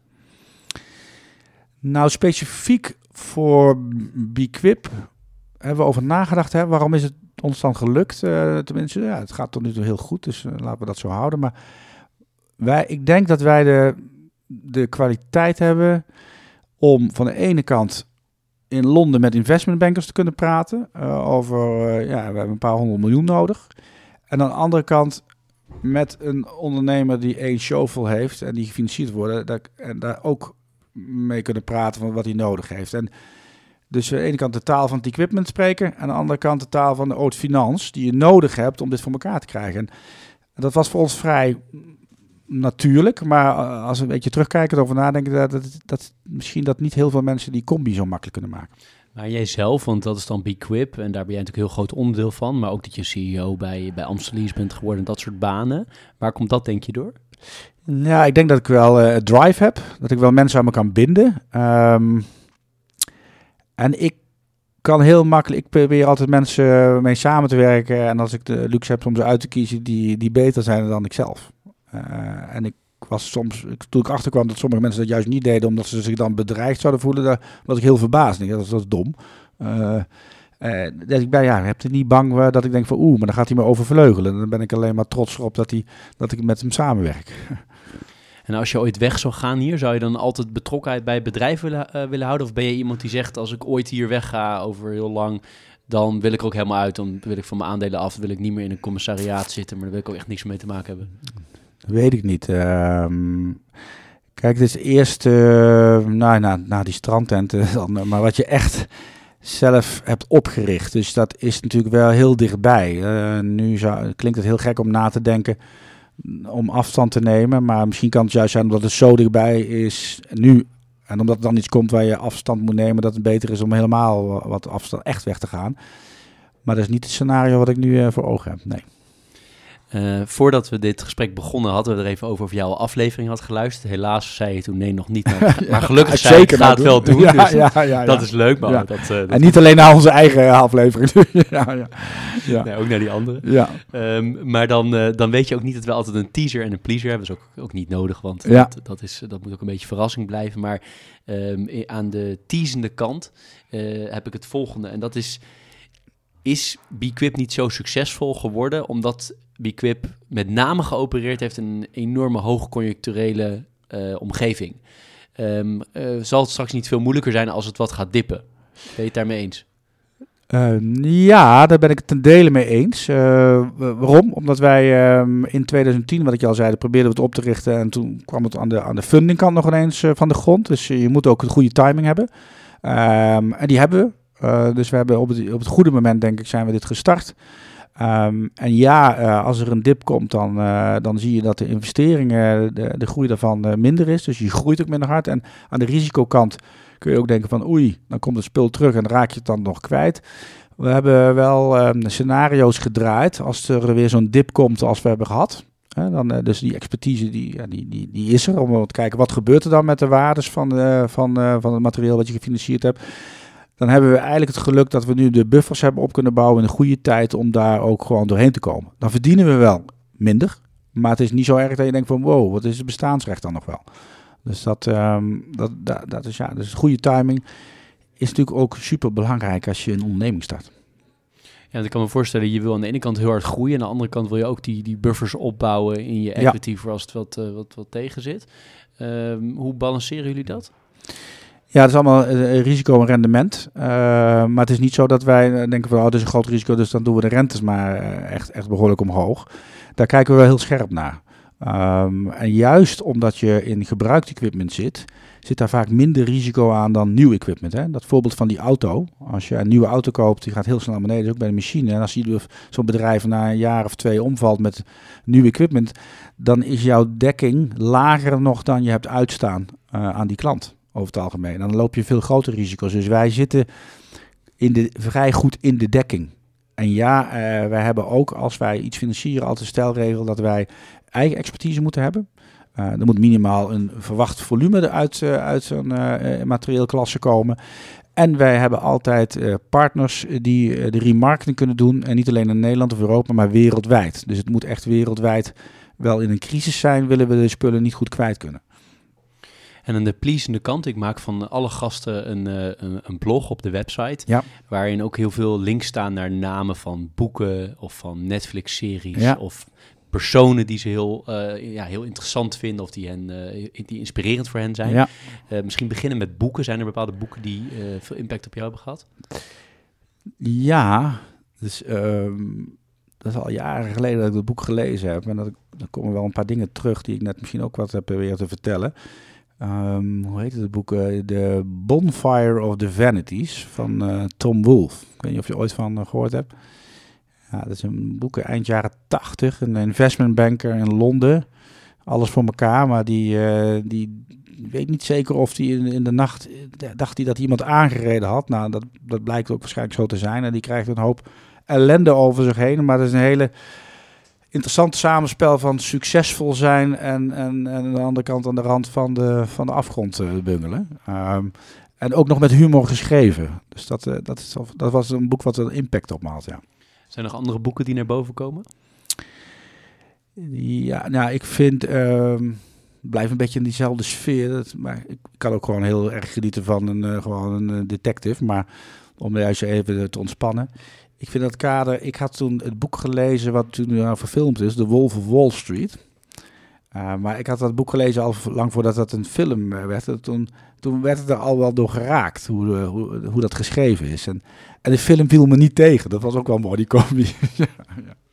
Nou, specifiek voor BeQuip hebben we over nagedacht. Hè? Waarom is het ons dan gelukt? Uh, tenminste, ja, het gaat tot nu toe heel goed, dus uh, laten we dat zo houden. Maar wij, ik denk dat wij de, de kwaliteit hebben om van de ene kant in Londen met investmentbankers te kunnen praten. Uh, over, uh, ja, we hebben een paar honderd miljoen nodig. En aan de andere kant met een ondernemer die één shovel heeft en die gefinancierd wordt. Dat, en daar ook mee kunnen praten van wat hij nodig heeft. En dus aan de ene kant de taal van het equipment spreken en aan de andere kant de taal van de haute finance die je nodig hebt om dit voor elkaar te krijgen. En dat was voor ons vrij natuurlijk, maar als we een beetje terugkijken en over nadenken, dat, dat, dat misschien dat niet heel veel mensen die combi zo makkelijk kunnen maken. Maar jij zelf, want dat is dan BeQuip en daar ben jij natuurlijk een heel groot onderdeel van, maar ook dat je C E O bij, bij Amstelveen bent geworden en dat soort banen. Waar komt dat denk je door? Ja, ik denk dat ik wel uh, drive heb, dat ik wel mensen aan me kan binden. Um, en ik kan heel makkelijk, ik probeer altijd mensen mee samen te werken en als ik de luxe heb om ze uit te kiezen die, die beter zijn dan ik zelf. Uh, en ik was soms, toen ik achterkwam dat sommige mensen dat juist niet deden, omdat ze zich dan bedreigd zouden voelen, daar was ik heel verbaasd. Dat is, dat is dom. Uh, uh, dat ik ben, ja, heb er niet bang dat ik denk van oeh, maar dan gaat hij me overvleugelen. Dan ben ik alleen maar trots op dat, hij, dat ik met hem samenwerk. En als je ooit weg zou gaan hier, zou je dan altijd betrokkenheid bij het bedrijf willen, uh, willen houden? Of ben je iemand die zegt, als ik ooit hier wegga over heel lang, dan wil ik er ook helemaal uit. Dan wil ik van mijn aandelen af, dan wil ik niet meer in een commissariaat zitten, maar dan wil ik ook echt niks mee te maken hebben. Dat weet ik niet. Um, kijk, het is eerst uh, nou, na, na die strandtenten, dan, maar wat je echt zelf hebt opgericht. Dus dat is natuurlijk wel heel dichtbij. Uh, nu zou, klinkt het heel gek om na te denken om afstand te nemen, maar misschien kan het juist zijn omdat het zo dichtbij is nu. En omdat er dan iets komt waar je afstand moet nemen, dat het beter is om helemaal wat afstand echt weg te gaan. Maar dat is niet het scenario wat ik nu uh, voor ogen heb, nee. Uh, voordat we dit gesprek begonnen, hadden we er even over of jouw aflevering had geluisterd. Helaas zei je toen nee, nog niet. Maar, maar gelukkig zei je, ik ga het wel doen. Ja, dus ja, ja, ja, dat is leuk. Maar ja. dat, uh, dat en niet alleen naar onze eigen aflevering. ja, ja. Ja. Nee, ook naar die andere. Ja. Um, maar dan, uh, dan weet je ook niet dat we altijd een teaser en een pleaser hebben. Dat is ook, ook niet nodig, want ja. dat, dat, is, dat moet ook een beetje verrassing blijven. Maar um, aan de teasende kant uh, heb ik het volgende. En dat is, is BeQuip niet zo succesvol geworden omdat BeQuip met name geopereerd heeft in een enorme hoogconjuncturele uh, omgeving. Um, uh, zal het straks niet veel moeilijker zijn als het wat gaat dippen? Ben je het daarmee eens? Uh, ja, daar ben ik het ten dele mee eens. Uh, waarom? Omdat wij um, in twintig tien, wat ik je al zei, probeerden we het op te richten en toen kwam het aan de, aan de fundingkant nog ineens uh, van de grond. Dus je moet ook een goede timing hebben. Um, en die hebben we. Uh, dus we hebben op het, op het goede moment, denk ik, zijn we dit gestart. Um, en ja, uh, als er een dip komt, dan, uh, dan zie je dat de investeringen, de, de groei daarvan uh, minder is. Dus je groeit ook minder hard. En aan de risicokant kun je ook denken van oei, dan komt het spul terug en dan raak je het dan nog kwijt. We hebben wel um, scenario's gedraaid als er weer zo'n dip komt als we hebben gehad. Uh, dan, uh, dus die expertise die, ja, die, die, die is er om te kijken wat gebeurt er dan met de waardes van, uh, van, uh, van het materiaal wat je gefinancierd hebt. Dan hebben we eigenlijk het geluk dat we nu de buffers hebben op kunnen bouwen in een goede tijd om daar ook gewoon doorheen te komen. Dan verdienen we wel minder, maar het is niet zo erg dat je denkt van wow, wat is het bestaansrecht dan nog wel? Dus dat, um, dat, dat, dat is ja, dus goede timing is natuurlijk ook super belangrijk als je een onderneming start. Ja, ik kan me voorstellen, je wil aan de ene kant heel hard groeien, aan de andere kant wil je ook die, die buffers opbouwen in je equity ja. voor als het wat, uh, wat, wat tegen zit. Um, hoe balanceren jullie dat? Ja, het is allemaal uh, risico en rendement. Uh, maar het is niet zo dat wij uh, denken van, oh, dit is een groot risico, dus dan doen we de rentes maar uh, echt, echt behoorlijk omhoog. Daar kijken we wel heel scherp naar. Um, en juist omdat je in gebruikt equipment zit, zit daar vaak minder risico aan dan nieuw equipment. Hè? Dat voorbeeld van die auto. Als je een nieuwe auto koopt, die gaat heel snel naar beneden, dus ook bij de machine. En als je zo'n bedrijf na een jaar of twee omvalt met nieuw equipment, dan is jouw dekking lager nog dan je hebt uitstaan uh, aan die klant. Over het algemeen. Dan loop je veel grotere risico's. Dus wij zitten in de, vrij goed in de dekking. En ja, uh, wij hebben ook, als wij iets financieren, altijd een stelregel dat wij eigen expertise moeten hebben. Uh, er moet minimaal een verwacht volume uit, uh, uit zo'n uh, materieel klasse komen. En wij hebben altijd uh, partners die uh, de remarketing kunnen doen. En niet alleen in Nederland of Europa, maar wereldwijd. Dus het moet echt wereldwijd wel in een crisis zijn, willen we de spullen niet goed kwijt kunnen. En aan de pleasende kant, ik maak van alle gasten een, een, een blog op de website, ja. waarin ook heel veel links staan naar namen van boeken of van Netflix-series ja. of personen die ze heel, uh, ja, heel interessant vinden of die, hen, uh, die inspirerend voor hen zijn. Ja. Uh, misschien beginnen met boeken. Zijn er bepaalde boeken die uh, veel impact op jou hebben gehad? Ja, dus um, dat is al jaren geleden dat ik dat boek gelezen heb. En dat, dan komen wel een paar dingen terug die ik net misschien ook wat heb weer te vertellen. Um, hoe heet het boek? Uh, The Bonfire of the Vanities van uh, Tom Wolfe. Ik weet niet of je ooit van uh, gehoord hebt. Ja, dat is een boek eind jaren tachtig. Een investmentbanker in Londen. Alles voor elkaar, maar die, uh, die weet niet zeker of hij in, in de nacht dacht hij dat iemand aangereden had. Nou, dat, dat blijkt ook waarschijnlijk zo te zijn. En die krijgt een hoop ellende over zich heen. Maar dat is een hele interessant samenspel van succesvol zijn en, en, en aan de andere kant aan de rand van de, van de afgrond uh, bungelen. Um, en ook nog met humor geschreven. Dus dat, uh, dat, is, dat was een boek wat een impact op me had, ja. Zijn er nog andere boeken die naar boven komen? Ja, nou, ik vind, um, blijf een beetje in diezelfde sfeer. Dat, maar ik kan ook gewoon heel erg genieten van een, uh, gewoon een uh, detective, maar om juist even te ontspannen. Ik vind dat kader, ik had toen het boek gelezen wat toen nou verfilmd is, The Wolf of Wall Street. Uh, maar ik had dat boek gelezen al lang voordat dat een film uh, werd. Toen, toen werd het er al wel door geraakt, hoe, uh, hoe, hoe dat geschreven is. En, en de film viel me niet tegen, dat was ook wel mooi, die comedy. ja, ja.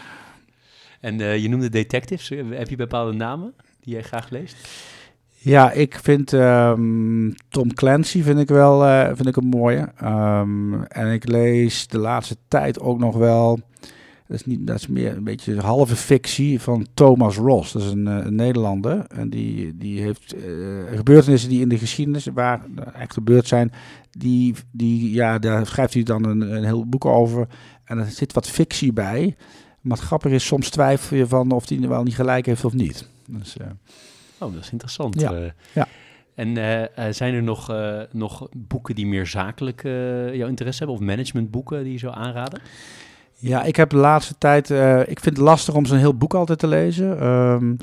En uh, je noemde detectives, heb je bepaalde namen die jij graag leest? Ja, ik vind um, Tom Clancy vind ik wel uh, vind ik een mooie. Um, en ik lees de laatste tijd ook nog wel, dat is, niet, dat is meer een beetje halve fictie van Thomas Ross. Dat is een, een Nederlander en die, die heeft uh, gebeurtenissen die in de geschiedenis waar echt gebeurd zijn, die, die, ja, daar schrijft hij dan een, een heel boek over en er zit wat fictie bij. Maar het grappige is, soms twijfel je van of hij wel niet gelijk heeft of niet. Dus, uh, Oh, dat is interessant. Ja. Uh, ja. En uh, uh, zijn er nog, uh, nog boeken die meer zakelijk uh, jouw interesse hebben? Of managementboeken die je zou aanraden? Ja, ik heb de laatste tijd... Uh, ik vind het lastig om zo'n heel boek altijd te lezen. Um,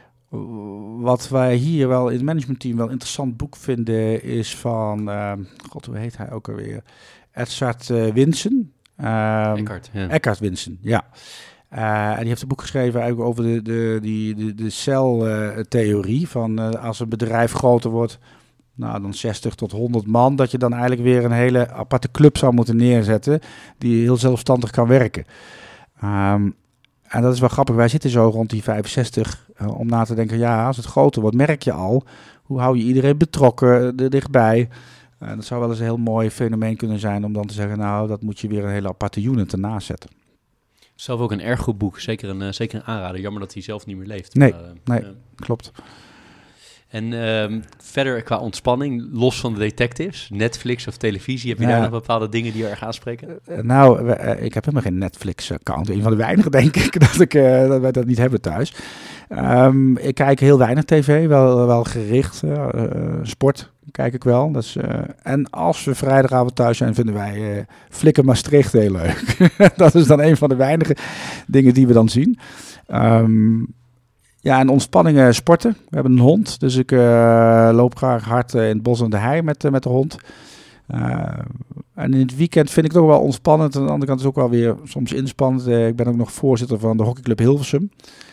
wat wij hier wel in het managementteam wel een interessant boek vinden is van... Uh, God, hoe heet hij ook alweer? Edzard uh, Winsen. Um, Eckhart, ja. Eckhart Winsen, ja. Uh, en die heeft een boek geschreven eigenlijk over de, de, die, de, de celtheorie. Uh, van uh, als een bedrijf groter wordt, nou dan zestig tot honderd man, dat je dan eigenlijk weer een hele aparte club zou moeten neerzetten die heel zelfstandig kan werken. Um, en dat is wel grappig. Wij zitten zo rond die vijfenzestig uh, om na te denken, ja, als het groter wordt, merk je al, hoe hou je iedereen betrokken er dichtbij. Uh, dat zou wel eens een heel mooi fenomeen kunnen zijn om dan te zeggen, nou, dat moet je weer een hele aparte unit ernaast zetten. Zelf ook een erg goed boek, zeker een, uh, zeker een aanrader. Jammer dat hij zelf niet meer leeft. Nee, maar, uh, nee uh. klopt. En uh, verder qua ontspanning, los van de detectives, Netflix of televisie, heb je ja. daar nog bepaalde dingen die je erg aanspreken? Uh, nou, uh, ik heb helemaal geen Netflix-account. Een van de weinigen, denk ik, dat, ik uh, dat wij dat niet hebben thuis. Um, ik kijk heel weinig tv, wel, wel gericht. Uh, uh, sport kijk ik wel. Dat is, uh, en als we vrijdagavond thuis zijn, vinden wij uh, Flikker Maastricht heel leuk. Dat is dan een van de weinige dingen die we dan zien. Um, Ja, en ontspanningen sporten. We hebben een hond, dus ik uh, loop graag hard uh, in het bos en de hei met, uh, met de hond. Uh, en in het weekend vind ik het ook wel ontspannend. Aan de andere kant is het ook wel weer soms inspannend. Uh, ik ben ook nog voorzitter van de hockeyclub Hilversum.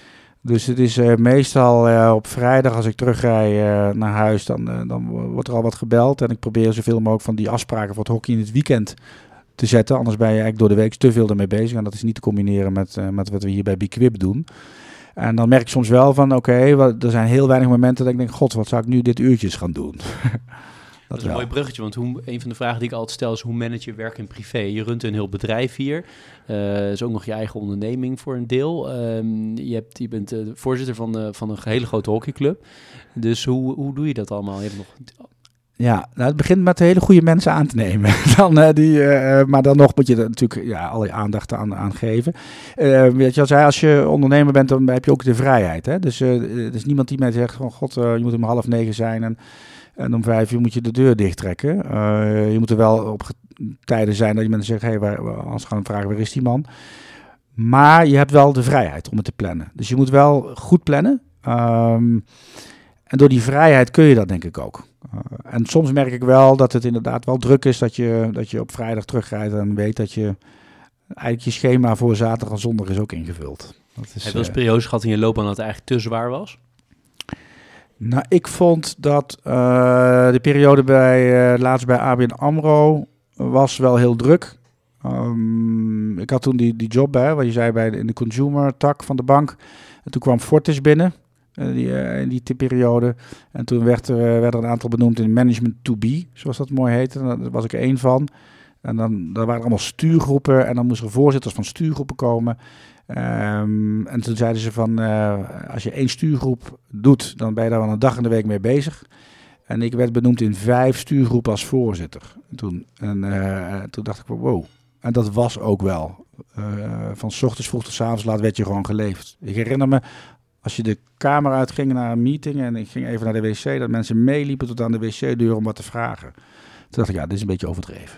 Dus het is uh, meestal uh, op vrijdag als ik terugrij uh, naar huis, dan, uh, dan wordt er al wat gebeld. En ik probeer zoveel mogelijk van die afspraken voor het hockey in het weekend te zetten. Anders ben je eigenlijk door de week te veel ermee bezig. En dat is niet te combineren met, uh, met wat we hier bij BeQuip doen. En dan merk ik soms wel van, oké, okay, er zijn heel weinig momenten dat ik denk, god, wat zou ik nu dit uurtjes gaan doen? Dat is een mooi bruggetje, want hoe, een van de vragen die ik altijd stel is, hoe manage je werk en privé? Je runt een heel bedrijf hier. Uh, is ook nog je eigen onderneming voor een deel. Um, je, hebt, je bent uh, voorzitter van, uh, van een hele grote hockeyclub. Dus hoe, hoe doe je dat allemaal? Je hebt nog... Ja, nou, het begint met hele goede mensen aan te nemen. dan, uh, die, uh, maar dan nog moet je er natuurlijk ja, alle aandacht aan, aan geven. Uh, weet je, als, hij, als je ondernemer bent, dan heb je ook de vrijheid. Hè? Dus uh, er is niemand die mij zegt van, god, uh, je moet om half negen zijn en... En om vijf uur moet je de deur dichttrekken. Uh, je moet er wel op tijden zijn dat je mensen zegt, hé, hey, anders gaan we vragen, waar is die man? Maar je hebt wel de vrijheid om het te plannen. Dus je moet wel goed plannen. Um, en door die vrijheid kun je dat denk ik ook. Uh, en soms merk ik wel dat het inderdaad wel druk is dat je, dat je op vrijdag terugrijdt en weet dat je eigenlijk je schema voor zaterdag en zondag is ook ingevuld. Dat is, heb je wel eens uh, periodes gehad in je loopbaan dat het eigenlijk te zwaar was? Nou, ik vond dat uh, de periode bij uh, laatst bij A B N AMRO was wel heel druk. Um, ik had toen die, die job bij, wat je zei, bij de, in de consumer tak van de bank. En toen kwam Fortis binnen uh, die, uh, in die periode. En toen werd er, uh, werd er een aantal benoemd in management to be, zoals dat mooi heette. En daar was ik één van. En dan daar waren er allemaal stuurgroepen en dan moesten er voorzitters van stuurgroepen komen. Um, en toen zeiden ze van, uh, als je één stuurgroep doet, dan ben je daar wel een dag in de week mee bezig. En ik werd benoemd in vijf stuurgroepen als voorzitter. En toen, en, uh, toen dacht ik, wow. En dat was ook wel. Uh, van 's ochtends vroeg tot 's avonds laat werd je gewoon geleefd. Ik herinner me, als je de kamer uitging naar een meeting en ik ging even naar de wc, dat mensen meeliepen tot aan de wc-deur om wat te vragen. Toen dacht ik, ja, dit is een beetje overdreven.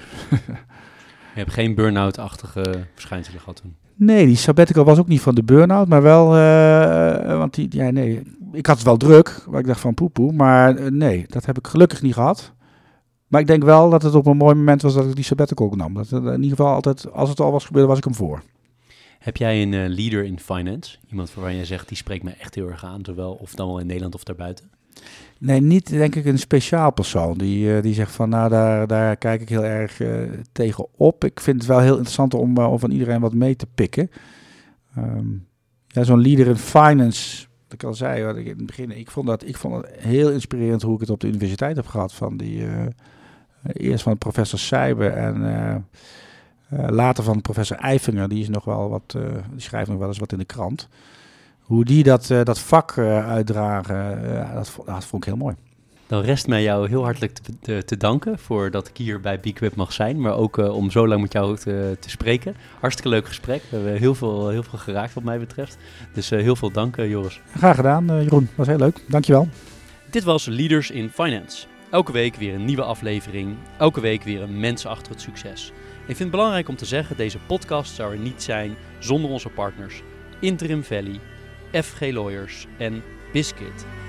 Je hebt geen burn-out-achtige verschijnselen gehad toen? Nee, die sabbatical was ook niet van de burn-out, maar wel, uh, want die, ja, nee, ik had het wel druk, waar ik dacht van poepoe, maar uh, nee, dat heb ik gelukkig niet gehad. Maar ik denk wel dat het op een mooi moment was dat ik die sabbatical nam. Dat in ieder geval altijd, als het al was gebeurd, was ik hem voor. Heb jij een uh, leader in finance? Iemand waarvan jij zegt, die spreekt me echt heel erg aan, zowel of dan wel in Nederland of daarbuiten? Nee, niet denk ik een speciaal persoon die, uh, die zegt van nou daar, daar kijk ik heel erg uh, tegen op. Ik vind het wel heel interessant om, uh, om van iedereen wat mee te pikken. Um, ja, zo'n leader in finance, wat ik al zei wat ik in het begin, ik vond, dat, ik vond het heel inspirerend hoe ik het op de universiteit heb gehad. Van die, uh, eerst van professor Seiber en uh, uh, later van professor Eifinger, die is nog wel wat, uh, die schrijft nog wel eens wat in de krant. Hoe die dat, uh, dat vak uh, uitdragen, uh, dat, dat vond ik heel mooi. Dan rest mij jou heel hartelijk te, te, te danken voor dat ik hier bij BeQuip mag zijn. Maar ook uh, om zo lang met jou te, te spreken. Hartstikke leuk gesprek. We hebben heel veel, heel veel geraakt wat mij betreft. Dus uh, heel veel dank uh, Joris. Graag gedaan uh, Jeroen, was heel leuk. Dankjewel. Dit was Leaders in Finance. Elke week weer een nieuwe aflevering. Elke week weer een mens achter het succes. Ik vind het belangrijk om te zeggen, deze podcast zou er niet zijn zonder onze partners. Interim Valley, F G Lawyers en Biscuit.